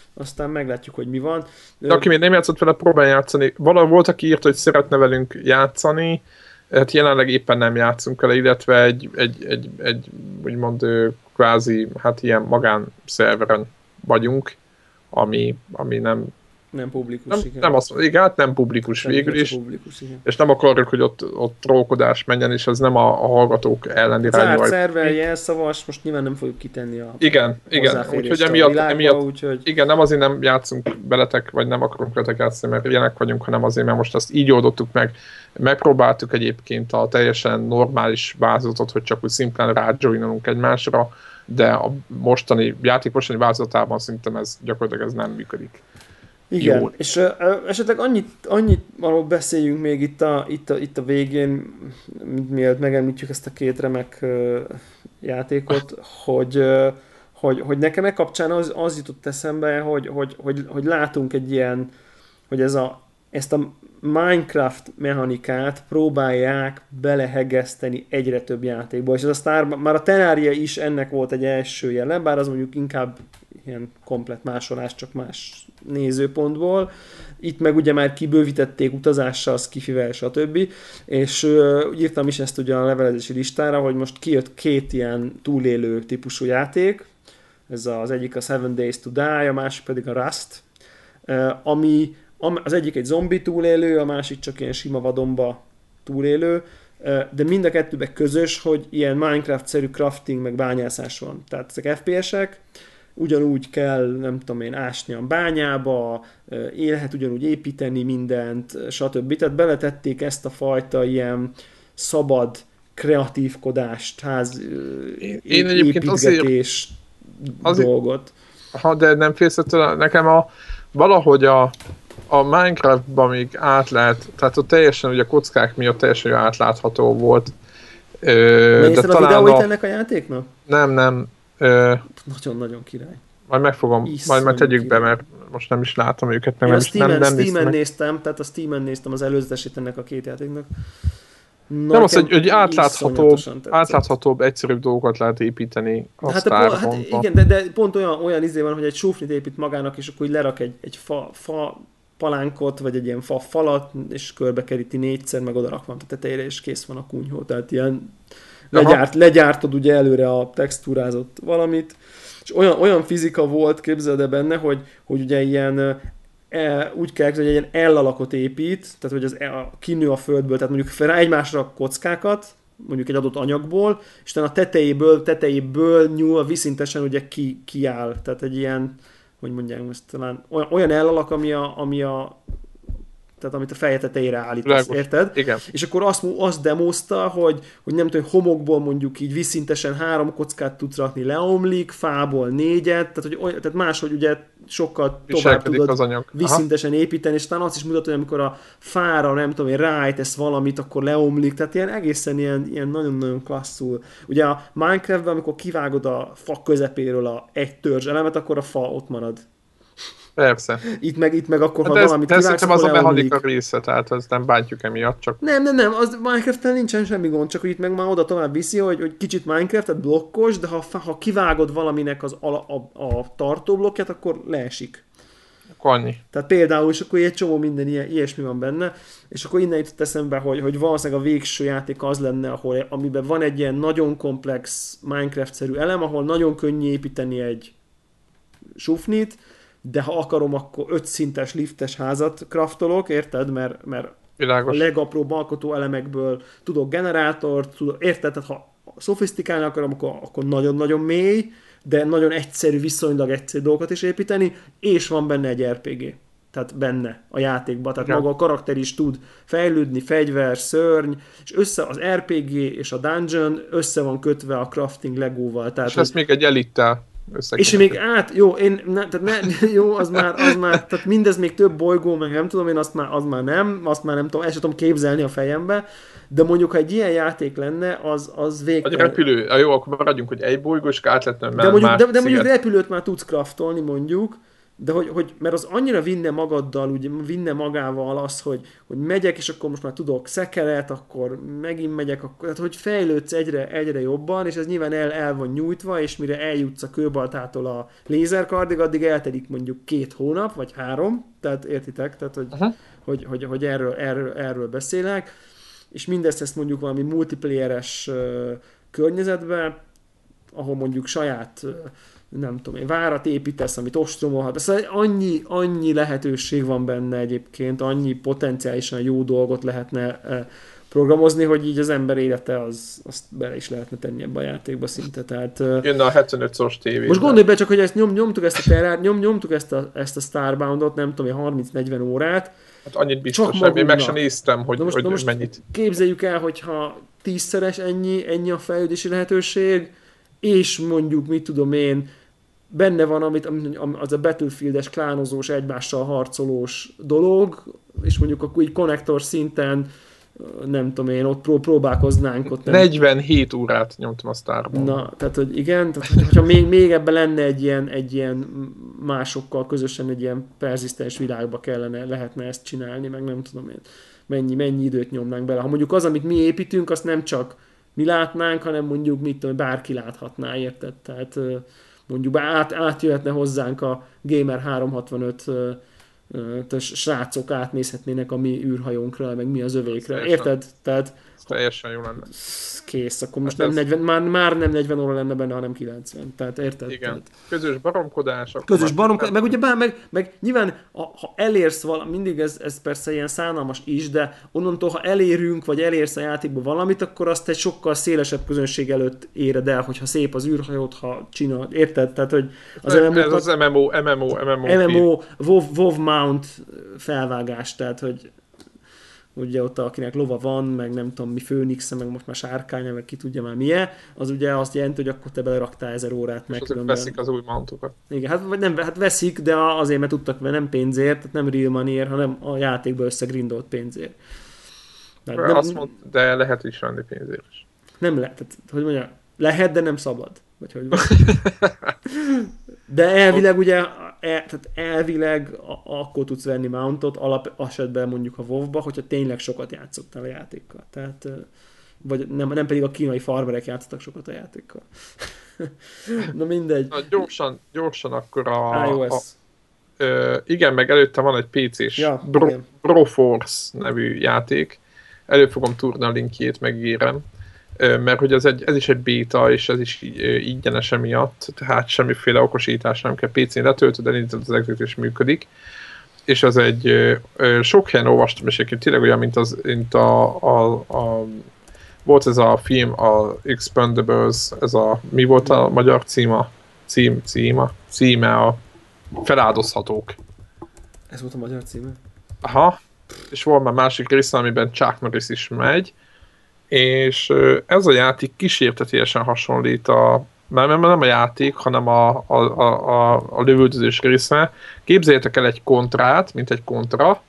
aztán meglátjuk, hogy mi van. De aki még nem játszott vele, próbál játszani. Valahol volt, aki írt, hogy szeretne velünk játszani, hát jelenleg éppen nem játszunk vele, illetve egy, egy, egy, egy úgymond kvázi, hát ilyen magánszerveren vagyunk, ami, ami nem Nem publikus, nem, igen. nem azt, igen, hát nem publikus nem végül is, publikus, és nem akarjuk, hogy ott, ott trókodás menjen, és az nem a, a hallgatók ellen irányul. Zárt szerver, jelszavas, most nyilván nem fogjuk kitenni a igen, igen, úgyhogy emiatt, világba, emiatt úgyhogy... igen, nem azért nem játszunk veletek, vagy nem akarunk veletek játszani, mert ilyenek vagyunk, hanem azért, mert most azt így oldottuk meg. Megpróbáltuk egyébként a teljesen normális változatot, hogy csak úgy szimplán rájoinolunk egymásra, de a mostani játék mostani változatában szerintem ez gyakorlatilag ez nem működik. Igen, jól. És uh, esetleg annyit, annyit arról beszéljünk még itt a, itt a, itt a végén, mielőtt megemlítjük ezt a két remek uh, játékot, hogy, uh, hogy, hogy nekem e kapcsán az, az jutott eszembe, hogy, hogy, hogy, hogy látunk egy ilyen, hogy ez a, ezt a Minecraft mechanikát próbálják belehegeszteni egyre több játékba, és ez a Star, már a Terraria is ennek volt egy első jele, bár az mondjuk inkább ilyen komplet másolás, csak más nézőpontból. Itt meg ugye már kibővítették utazással, skifivel, stb. És uh, írtam is ezt ugye a levelezési listára, hogy most kijött két ilyen túlélő típusú játék. Ez az egyik a Seven Days to Die, a másik pedig a Rust, uh, ami az egyik egy zombi túlélő, a másik csak ilyen sima vadonba túlélő, de mind a kettőben közös, hogy ilyen Minecraft-szerű crafting meg bányászás van. Tehát ezek ef pé es-ek, ugyanúgy kell, nem tudom én, ásni a bányába, lehet ugyanúgy építeni mindent, stb. Tehát beletették ezt a fajta ilyen szabad kreatívkodást, ház én, én építgetés azért, dolgot. Ha, de nem félsz ettől, nekem a valahogy a a Minecraftban még át lehet, tehát ott teljesen ugye a kockák miatt teljesen átlátható volt. Ö, Nézted a videóit a... ennek a játéknak? Nem, nem. Nagyon-nagyon király. Majd megfogom, Iszony majd majd tegyük király. Be, mert most nem is látom őket. Meg Én nem a Steam-en, nem, nem Steam-en néztem, tehát a Steam-en néztem az előzetesét ennek a két játéknak. Na, nem az, hogy, hogy átláthatóbb, átláthatóbb, egyszerűbb dolgokat lehet építeni a hát, a, hát igen, de, de pont olyan, olyan izé van, hogy egy sufnit épít magának, és akkor úgy lerak egy, egy fa, fa palánkot, vagy egy ilyen fa falat, és körbe keríti négyszer, meg oda rakva a tetejére, és kész van a kunyhó. Tehát ilyen legyárt, legyártod ugye előre a textúrázott valamit, és olyan, olyan fizika volt, képzeld el benne, hogy, hogy ugye ilyen E, úgy kell, hogy egy ilyen L-alakot épít, tehát hogy az e, kinő a földből, tehát mondjuk fel egymásra kockákat, mondjuk egy adott anyagból, és utána a tetejéből, tetejéből nyúl viszintesen ugye ki, kiáll. Tehát egy ilyen, hogy mondják most talán, olyan, olyan L-alak, ami a, ami a tehát amit a feje tetejére állítasz, érted? Igen. És akkor azt, azt demozta, hogy, hogy nem tudom, homokból mondjuk így viszintesen három kockát tudsz rakni, leomlik, fából négyet, tehát, hogy olyan, tehát máshogy ugye sokkal tovább tudod az anyag. viszintesen építeni, és talán azt is mutatja, hogy amikor a fára, nem tudom én, rájtesz valamit, akkor leomlik, tehát ilyen egészen ilyen, ilyen nagyon-nagyon klasszul. Ugye a Minecraftben, amikor kivágod a fa közepéről a egy törzs elemet, akkor a fa ott marad. Persze. Itt meg, itt meg akkor, ha de valamit kivágsz, kivágsz, akkor az a mechanika része, tehát az nem bántjuk emiatt, csak... Nem, nem, nem, az Minecraft-tel nincsen semmi gond, csak hogy itt meg már oda tovább viszi, hogy, hogy kicsit Minecraft, tehát blokkos, de ha, ha kivágod valaminek az a, a, a tartóblokkját, akkor leesik. Akkor annyi. Tehát például, és akkor egy csomó minden ilyen, ilyesmi van benne, és akkor innen jutott eszembe, hogy, hogy valószínűleg a végső játék az lenne, ahol, amiben van egy ilyen nagyon komplex Minecraft-szerű elem, ahol nagyon könnyű építeni egy sufnit, de ha akarom, akkor öt szintes liftes házat craftolok, érted? Mert, mert a legapróbb alkotó elemekből tudok generátort, tudok, érted? Tehát ha szofisztikálni akarom, akkor, akkor nagyon-nagyon mély, de nagyon egyszerű, viszonylag egyszerű dolgokat is építeni, és van benne egy er pé gé. Tehát benne a játékban. Tehát ja. Maga a karakter is tud fejlődni, fegyver, szörny, és össze az er pé gé és a dungeon össze van kötve a crafting legóval. Tehát, és ezt még egy elittel. És még át, jó, én, ne, tehát ne, jó, az már, az már, tehát mindez még több bolygó, meg nem tudom, én azt már, az már nem, azt már nem tudom, el sem tudom képzelni a fejembe, de mondjuk, ha egy ilyen játék lenne, az, az végtelen. Egy repülő, jó, akkor maradjunk, hogy egy bolygó, és át lehetne de mondjuk, de, de mondjuk repülőt már tudsz craftolni, mondjuk, de hogy, hogy, mert az annyira vinne magaddal, ugye vinne magával az, hogy, hogy megyek, és akkor most már tudok szekeret, akkor megint megyek, akkor, tehát hogy fejlődsz egyre, egyre jobban, és ez nyilván el, el van nyújtva, és mire eljutsz a kőbaltától a lézerkardig, addig eltelik mondjuk két hónap, vagy három, tehát értitek, tehát hogy, uh-huh. hogy, hogy, hogy erről, erről, erről beszélek, és mindezt ezt mondjuk valami multiplayeres uh, környezetben, ahol mondjuk saját uh, nem tudom én, várat építesz, amit ostromolhat. Szóval annyi, annyi lehetőség van benne egyébként, annyi potenciálisan jó dolgot lehetne programozni, hogy így az ember élete az, azt bele is lehetne tenni ebbe a játékba szinte. Tehát, jönne a hetvenöt szoros tévében. Most gondolj be csak, hogy ezt nyom, nyomtuk ezt a terrát, nyom, nyomtuk ezt a, ezt a Starboundot, nem tudom, harminc-negyven órát. Hát annyit biztos, nem, én meg sem néztem, hogy, most, hogy most mennyit. Képzeljük el, hogyha tízszeres ennyi, ennyi a fejlődési lehetőség, és mondjuk, mit tudom én, benne van, amit, az a Battlefieldes, klánozós, egymással harcolós dolog, és mondjuk akkor így konnektor szinten, nem tudom én, ott pró- próbálkoznánk. Ott nem... negyvenhét órát nyomtam a Starban. Na, tehát, hogy igen, tehát, hogyha még, még ebben lenne egy ilyen, egy ilyen másokkal közösen egy ilyen perzisztens világba kellene, lehetne ezt csinálni, meg nem tudom én, mennyi, mennyi időt nyomnánk bele. Ha mondjuk az, amit mi építünk, azt nem csak mi látnánk, hanem mondjuk, mit tudom, bárki láthatná, érted? Tehát mondjuk át, átjöhetne hozzánk a Gamer háromszázhatvanöt uh, srácok átnézhetnének a mi űrhajónkra, meg mi az övékre. Érted? Tehát teljesen jó lenne. Kész, akkor most hát nem negyven, már, már nem negyven óra lenne benne, hanem kilencven. Tehát érted? Igen. Tehát... Közös baromkodás. Közös baromkodás, meg ugye bár, meg, meg nyilván, a, ha elérsz valami, mindig ez, ez persze ilyen szánalmas is, de onnantól, ha elérünk, vagy elérsz a játékba valamit, akkor azt egy sokkal szélesebb közönség előtt éred el, hogyha szép az űrhajót, ha csinál, érted? Tehát, hogy az ez, ez az em em o, em em o, em em o. em em o, WoW, WoW Mount felvágás, tehát, hogy ugye ott akinek lova van, meg nem tudom mi főnixe, meg most már sárkánya, meg ki tudja már milyen, az ugye azt jelenti, hogy akkor te beleraktál ezer órát meg. És azok veszik az új mountokat. Igen, hát, vagy nem, hát veszik, de azért, mert tudtak, mert nem pénzért, tehát nem real moneyért, hanem a játékba összegrindolt pénzért. Tehát nem, azt mond, de lehet is venni pénzért is. Nem lehet, tehát, hogy mondja, lehet, de nem szabad. Vagy hogy de elvileg ugye, el, tehát elvileg a, akkor tudsz venni mountot, alap esetben mondjuk a WoW-ba, hogyha tényleg sokat játszottál a játékkal. Tehát, vagy nem, nem pedig a kínai farmerek játszottak sokat a játékkal. Na mindegy. Na, gyorsan, gyorsan akkor a... iOS. A, ö, igen, meg előtte van egy pé cés ja, Bro, Broforce nevű játék. Elő fogom túrni a linkjét, megígérem. Mert hogy ez, egy, ez is egy béta, és ez is ingyenes emiatt, tehát semmiféle okosítás nem kell pé cén letöltöd, elindítod az exit és működik. És ez egy, sok helyen olvastam, és egyébként tényleg olyan, mint, az, mint a, a, a volt ez a film, a Expendables, ez a, mi volt a magyar címa? Cím, címa? Címe a Feláldozhatók. Ez volt a magyar címe? Aha, és volt már másik része, amiben Chuck Norris is megy, és ez a játék kísértetiesen hasonlít a, nem a játék, hanem a, a, a, a lövöldözős része. Képzeljétek el egy kontrát, mint egy kontra,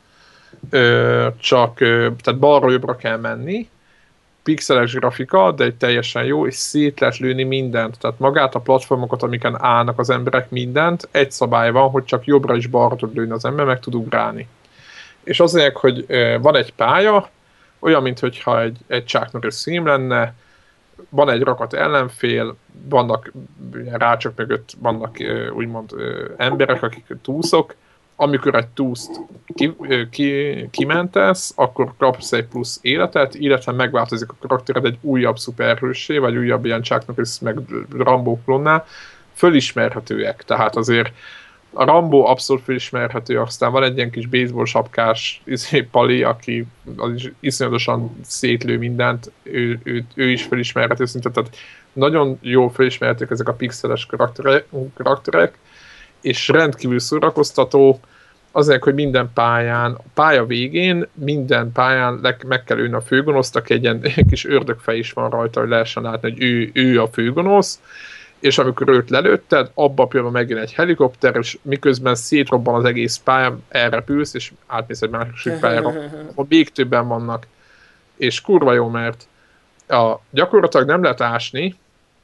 csak tehát balra jobbra kell menni, pixeles grafika, de egy teljesen jó, és szét lehet lőni mindent. Tehát magát a platformokat, amiken állnak az emberek, mindent, egy szabály van, hogy csak jobbra és balra tud lőni az ember, meg tud ugrálni. És azért, hogy van egy pálya, olyan, mintha egy, egy Chuck Norris szím lenne, van egy rakat ellenfél, vannak rácsok mögött, vannak úgymond emberek, akik túszok, amikor egy túszt ki, ki, kimentesz, akkor kapsz egy plusz életet, illetve megváltozik a karaktered egy újabb szuperhőssé, vagy újabb ilyen Chuck Norris meg Rambo klónnál, fölismerhetőek, tehát azért a Rambo abszolút felismerhető, aztán van egy ilyen kis baseball sapkás izé, Pali, aki az is iszonyatosan szétlő mindent, ő, ő, ő is felismerhető szinte, tehát nagyon jól felismerhetők ezek a pixeles karakterek, karakterek, és rendkívül szórakoztató, azért, hogy minden pályán, a pálya végén, minden pályán leg, meg kell ülni a főgonosztak, egy ilyen kis ördögfej is van rajta, hogy lehessen látni, hogy ő, ő a főgonosz, és amikor őt lelőtted, abban pillanatban megjön egy helikopter, és miközben szétrobban az egész pálya, elrepülsz, és átmész egy másik pályára, ahol még többen vannak. És kurva jó, mert a, gyakorlatilag nem lehet ásni,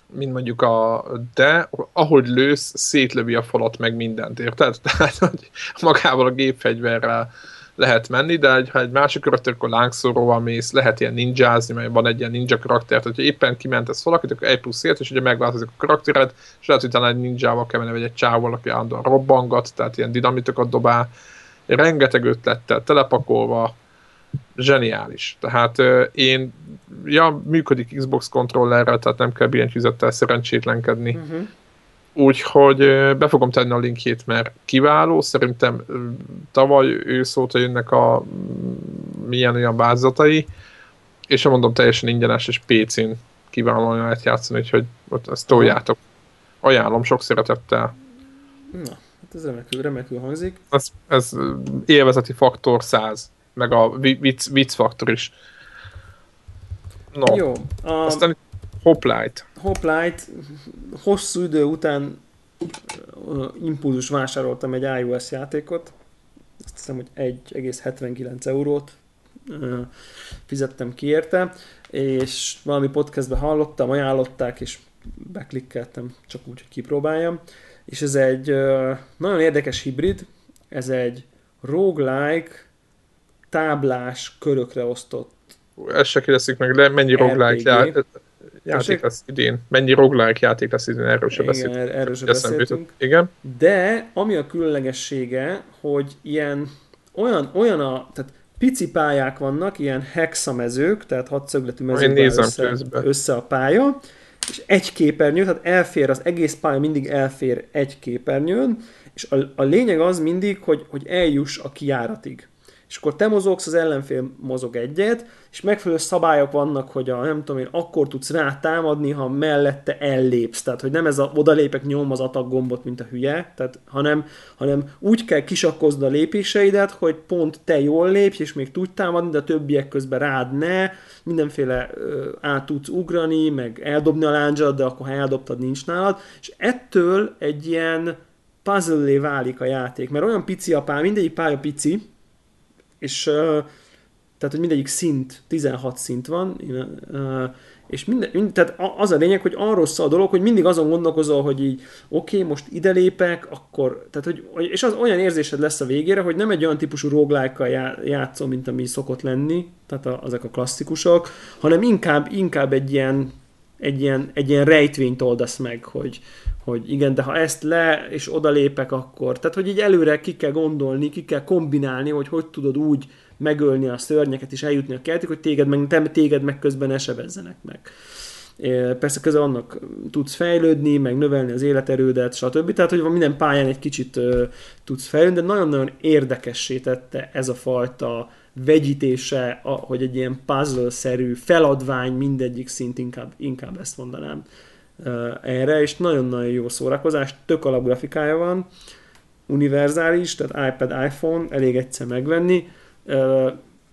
mint mondjuk a... De ahogy lősz, szétlövi a falat meg mindent, érted? Tehát, hogy magával a gépfegyverrel lehet menni, de ha egy másik karakter, akkor lángszóróval mész, lehet ilyen ninjázni, mert van egy ilyen ninja karakter, tehát ha éppen kimentesz valakit, akkor egy plusz ért, és ugye megváltozik a karaktered, és lehet, hogy talán egy ninjával kell menni, vagy egy csávval, aki állandóan robbangat, tehát ilyen dinamitokat dobál, rengeteg ötlettel telepakolva, zseniális. Tehát euh, én, ja, működik Xbox kontrollerrel, tehát nem kell billentyűzettel szerencsétlenkedni. Uh-huh. Úgyhogy be fogom tenni a linkjét, mert kiváló. Szerintem tavaly ősz óta jönnek a milyen olyan változatai, és mondom, teljesen ingyenes, és pé cén kiválóan lehet játszani, úgyhogy ezt toljátok. Ajánlom sok szeretettel. Na, hát ez remekül, remekül hangzik. Ez, ez élvezeti faktor száz, meg a vicc, vicc faktor is. No. Jó. A... Aztán Hoplite. Hoplite, hosszú idő után uh, impulzus vásároltam egy iOS játékot, azt hiszem, hogy egy egész hetvenkilenc eurót uh, fizettem ki érte, és valami podcastben hallottam, ajánlották, és beklikkeltem, csak úgy, hogy kipróbáljam, és ez egy uh, nagyon érdekes hibrid, ez egy roguelike, táblás, körökre osztott ez se kérdezik meg, de mennyi roguelike já- játék lesz idén? Mennyi roguelike játék lesz idén? Erről sem beszéltünk. Igen, erről sem beszéltünk. Igen. De ami a különlegessége, hogy ilyen olyan, olyan a, tehát pici pályák vannak, ilyen hexamezők, tehát hatszögletű mezőkben össze, össze a pálya, és egy képernyő, tehát elfér, az egész pálya mindig elfér egy képernyőn, és a, a lényeg az mindig, hogy, hogy eljuss a kijáratig. És akkor te mozogsz, az ellenfél mozog egyet, és megfelelő szabályok vannak, hogy a, nem tudom én, akkor tudsz rá támadni, ha mellette ellépsz. Tehát, hogy nem ez a odalépek, nyom az attack gombot, mint a hülye, tehát, hanem, hanem úgy kell kisakkozni a lépéseidet, hogy pont te jól lépj, és még tudj támadni, de a többiek közben rád ne, mindenféle ö, át tudsz ugrani, meg eldobni a lándzsat, de akkor ha eldobtad, nincs nálad. És ettől egy ilyen puzzle-lé válik a játék, mert olyan pici a pálya, mindegyik pálya pici, és uh, tehát, hogy mindegyik szint, tizenhat szint van, uh, és minden, mind, tehát az a lényeg, hogy arról szól a dolog, hogy mindig azon gondolkozol, hogy így oké, okay, most ide lépek, akkor, tehát, hogy, és az olyan érzésed lesz a végére, hogy nem egy olyan típusú roguelike-kal játszol, mint ami szokott lenni, tehát a, azok a klasszikusok, hanem inkább, inkább egy ilyen, egy ilyen, egy ilyen rejtvényt oldasz meg, hogy, hogy igen, de ha ezt le, és odalépek, akkor... Tehát, hogy így előre ki kell gondolni, ki kell kombinálni, hogy hogy tudod úgy megölni a szörnyeket, és eljutni a kertig, hogy téged meg, téged meg közben ne sebezzenek meg. Persze közben annak tudsz fejlődni, meg növelni az életerődet, stb. Tehát, hogy minden pályán egy kicsit uh, tudsz fejlődni, de nagyon-nagyon érdekessé tette ez a fajta vegyítése, a, hogy egy ilyen puzzle-szerű feladvány mindegyik szint, inkább, inkább ezt mondanám uh, erre, és nagyon-nagyon jó szórakozás, tök alap grafikája van, univerzális, tehát iPad, iPhone, elég egyszer megvenni, uh,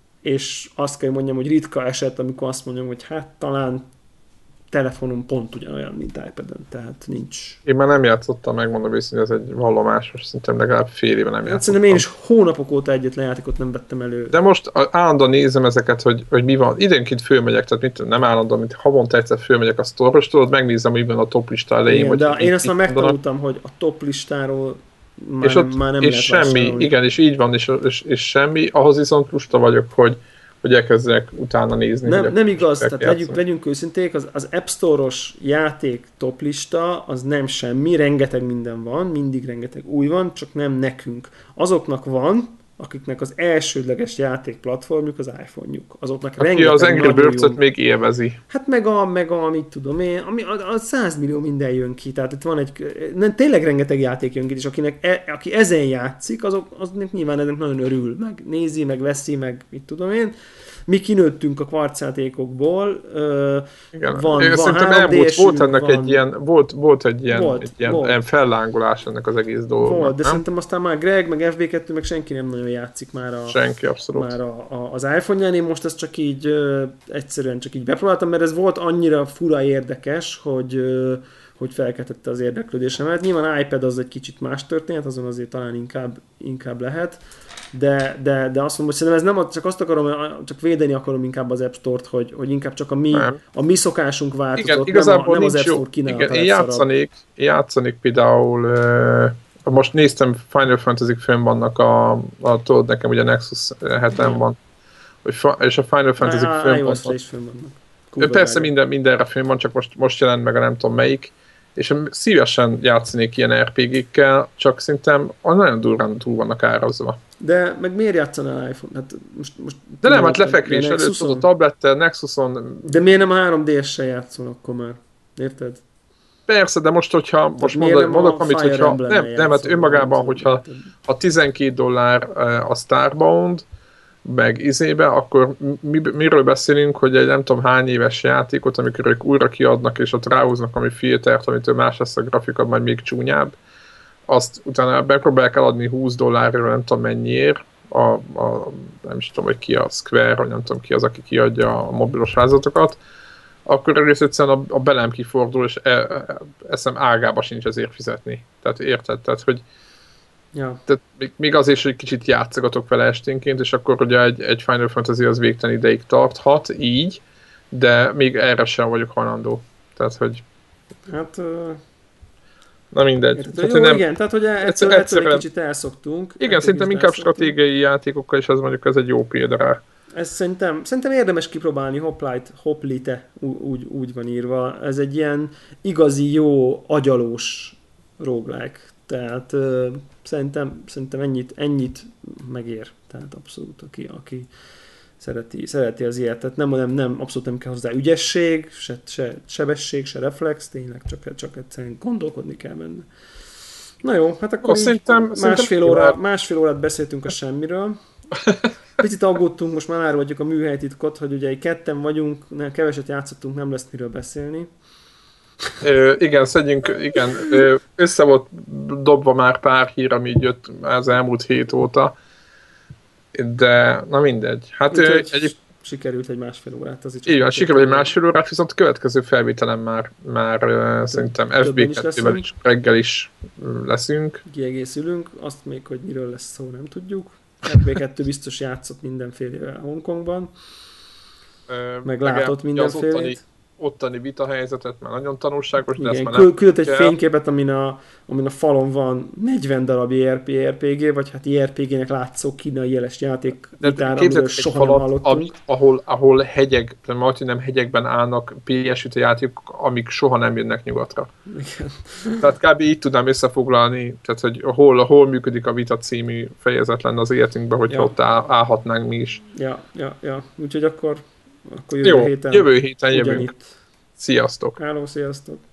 és azt kell mondjam, hogy ritka eset, amikor azt mondjam, hogy hát talán telefonon pont ugyanolyan, mint iPad-en, tehát nincs. Én már nem játszottam, megmondom őszintén, ez egy vallomásos, szerintem legalább fél éve nem játszottam. Szerintem én is hónapok óta egyetlen játékot nem vettem elő. De most állandóan nézem ezeket, hogy, hogy mi van. Időnként fölmegyek, tehát mit, nem állandóan, mint havonta egyszer fölmegyek a sztorba, tudod, megnézem, hogy van a top lista elején. Igen, vagy de én azt már megtanultam, hogy a top listáról már, és nem, ott, már nem és lehet semmi, vásárolni. igen, és így van, és, és, és semmi. Ahhoz viszont lusta vagyok, hogy hogy elkezdek utána nézni. Nem, nem igaz, tehát legyünk, legyünk őszinték, az, az App Store-os játék toplista az nem semmi, rengeteg minden van, mindig rengeteg új van, csak nem nekünk. Azoknak van, akiknek az elsődleges játékplatformjuk az iPhone-juk. Azoknak aki rengeteg az Angry Birds-et jó... még élvezi. Hát meg a, meg a mit tudom én, ami, a, a száz millió minden jön ki, tehát itt van egy, nem, tényleg rengeteg játék jön ki, és akinek, e, aki ezen játszik, azok, azok nyilván ennek nagyon örül, meg nézi, meg veszi, meg mit tudom én. Mi kinőttünk a kvarcjátékokból, igen. van, Én van elmúlt, volt ennek van, egy ilyen, volt, volt egy ilyen, volt, egy ilyen, volt. ilyen fellángolás ennek az egész dolognak. Volt, de nem? szerintem aztán már Greg, meg ef bé kettő, meg senki nem nagyon játszik már, a, senki, abszolút. már a, a, az iPhone-ján. Én most ezt csak így ö, egyszerűen csak így bepróbáltam, mert ez volt annyira fura érdekes, hogy, ö, hogy felkeltette az érdeklődésemet. Nyilván iPad az egy kicsit más történet, azon azért talán inkább, inkább lehet, de, de, de azt mondom, hogy szerintem ez nem csak azt akarom, csak védeni akarom inkább az App Store-t, hogy, hogy inkább csak a mi, a mi szokásunk változott, igen, igazából nem, a, nem az App Store kínálata. Igen, én játszanék, játszanék például, uh, most néztem Final Fantasy fönn vannak a, a tudod, nekem ugye Nexus heten van, hogy fa, és a Final Fantasy fönn vannak. Persze minden, mindenre fönn van, csak most, most jelent meg a nem tudom melyik, és szívesen játszanék ilyen er pé gé-kkel, csak szerintem nagyon durván túl vannak árazva. De meg miért játszanál iPhone? Hát most, most de nem, hát lefekvés előtt a tablettel, Nexuson... De miért nem a három dé es-sel játszol akkor már? Érted? Persze, de most, hogyha most mondod, mondok, amit, hogyha... Nem, nem, hát önmagában, hogyha ha tizenkét dollár a Starbound, meg izébe, akkor mi, miről beszélünk, hogy egy nem tudom hány éves játékot, amikor ők újra kiadnak, és ott ráhúznak ami filtert, amitől más lesz a grafika, majd még csúnyább, azt utána megpróbálják eladni húsz dollárra, nem tudom mennyiért, a, a, nem is tudom, hogy ki a Square, vagy nem tudom ki az, aki kiadja a mobilos házatokat, akkor egész egyszerűen a, a belem kifordul, és e, e, eszem ágába sincs ezért fizetni. Tehát érted? Tehát, hogy ja. Tehát még, még azért, hogy kicsit játszogatok vele esténként, és akkor ugye egy, egy Final Fantasy az végtelen ideig tarthat, így, de még erre sem vagyok hajlandó. Tehát, hogy... Hát... Uh... Na mindegy. Érted, tehát, jó, nem... igen, tehát hogy egyszer, egyszer egy kicsit elszoktunk. Igen, szerintem inkább elszoktunk. Stratégiai játékokkal, és ez mondjuk ez egy jó példa rá. Ez szerintem, szerintem érdemes kipróbálni, Hoplite, Hoplite, úgy, úgy van írva. Ez egy ilyen igazi jó, agyalós roguelike. Tehát uh, szerintem, szerintem ennyit, ennyit megér. Tehát abszolút, aki, aki szereti, szereti az ilyet. Tehát nem, nem, nem, abszolút nem kell hozzá ügyesség, se, se sebesség, se reflex, tényleg csak, csak egyszerűen gondolkodni kell benne. Na jó, hát akkor szerintem, másfél, szerintem óra, másfél órát beszéltünk a semmiről. Picit aggódtunk, most már árulhatjuk a műhelytitkot, hogy ugye ketten vagyunk, keveset játszottunk, nem lesz miről beszélni. Ö, igen, szedjünk, igen, össze volt dobva már pár hír, ami így jött az elmúlt hét óta, de na mindegy. Hát Úgy, ö, egy... sikerült egy másfél órát. Az így van, sikerült egy másfél órát, viszont a következő felvételen már, már uh, szerintem ef bé kettővel is reggel is leszünk. Kiegészülünk, azt még, hogy miről lesz szó, nem tudjuk. ef bé kettő biztos játszott mindenféle Hongkongban, ö, meg látott mindenfélét. Ottani vitahelyzetet, már nagyon tanulságos, de ezt már nem küldött egy kell. Fényképet, amin a, amin a falon van negyven darab i er pé gé, vagy hát i er pé gének látszó kínai jeles játék vitára, amiről soha nem hallottunk. Ami, ahol, ahol hegyek, majd nem hegyekben állnak pé es vita játékok, amik soha nem jönnek nyugatra. Igen. Tehát kb. Így tudnám összefoglalni, tehát hogy hol, hol működik a vita című fejezet lenne az életünkben, hogyha ja. ott áll, állhatnánk mi is. Ja, ja, ja. Úgyhogy akkor Akkor jövő Jó, héten, jövő héten jövünk. Sziasztok! Háló, sziasztok!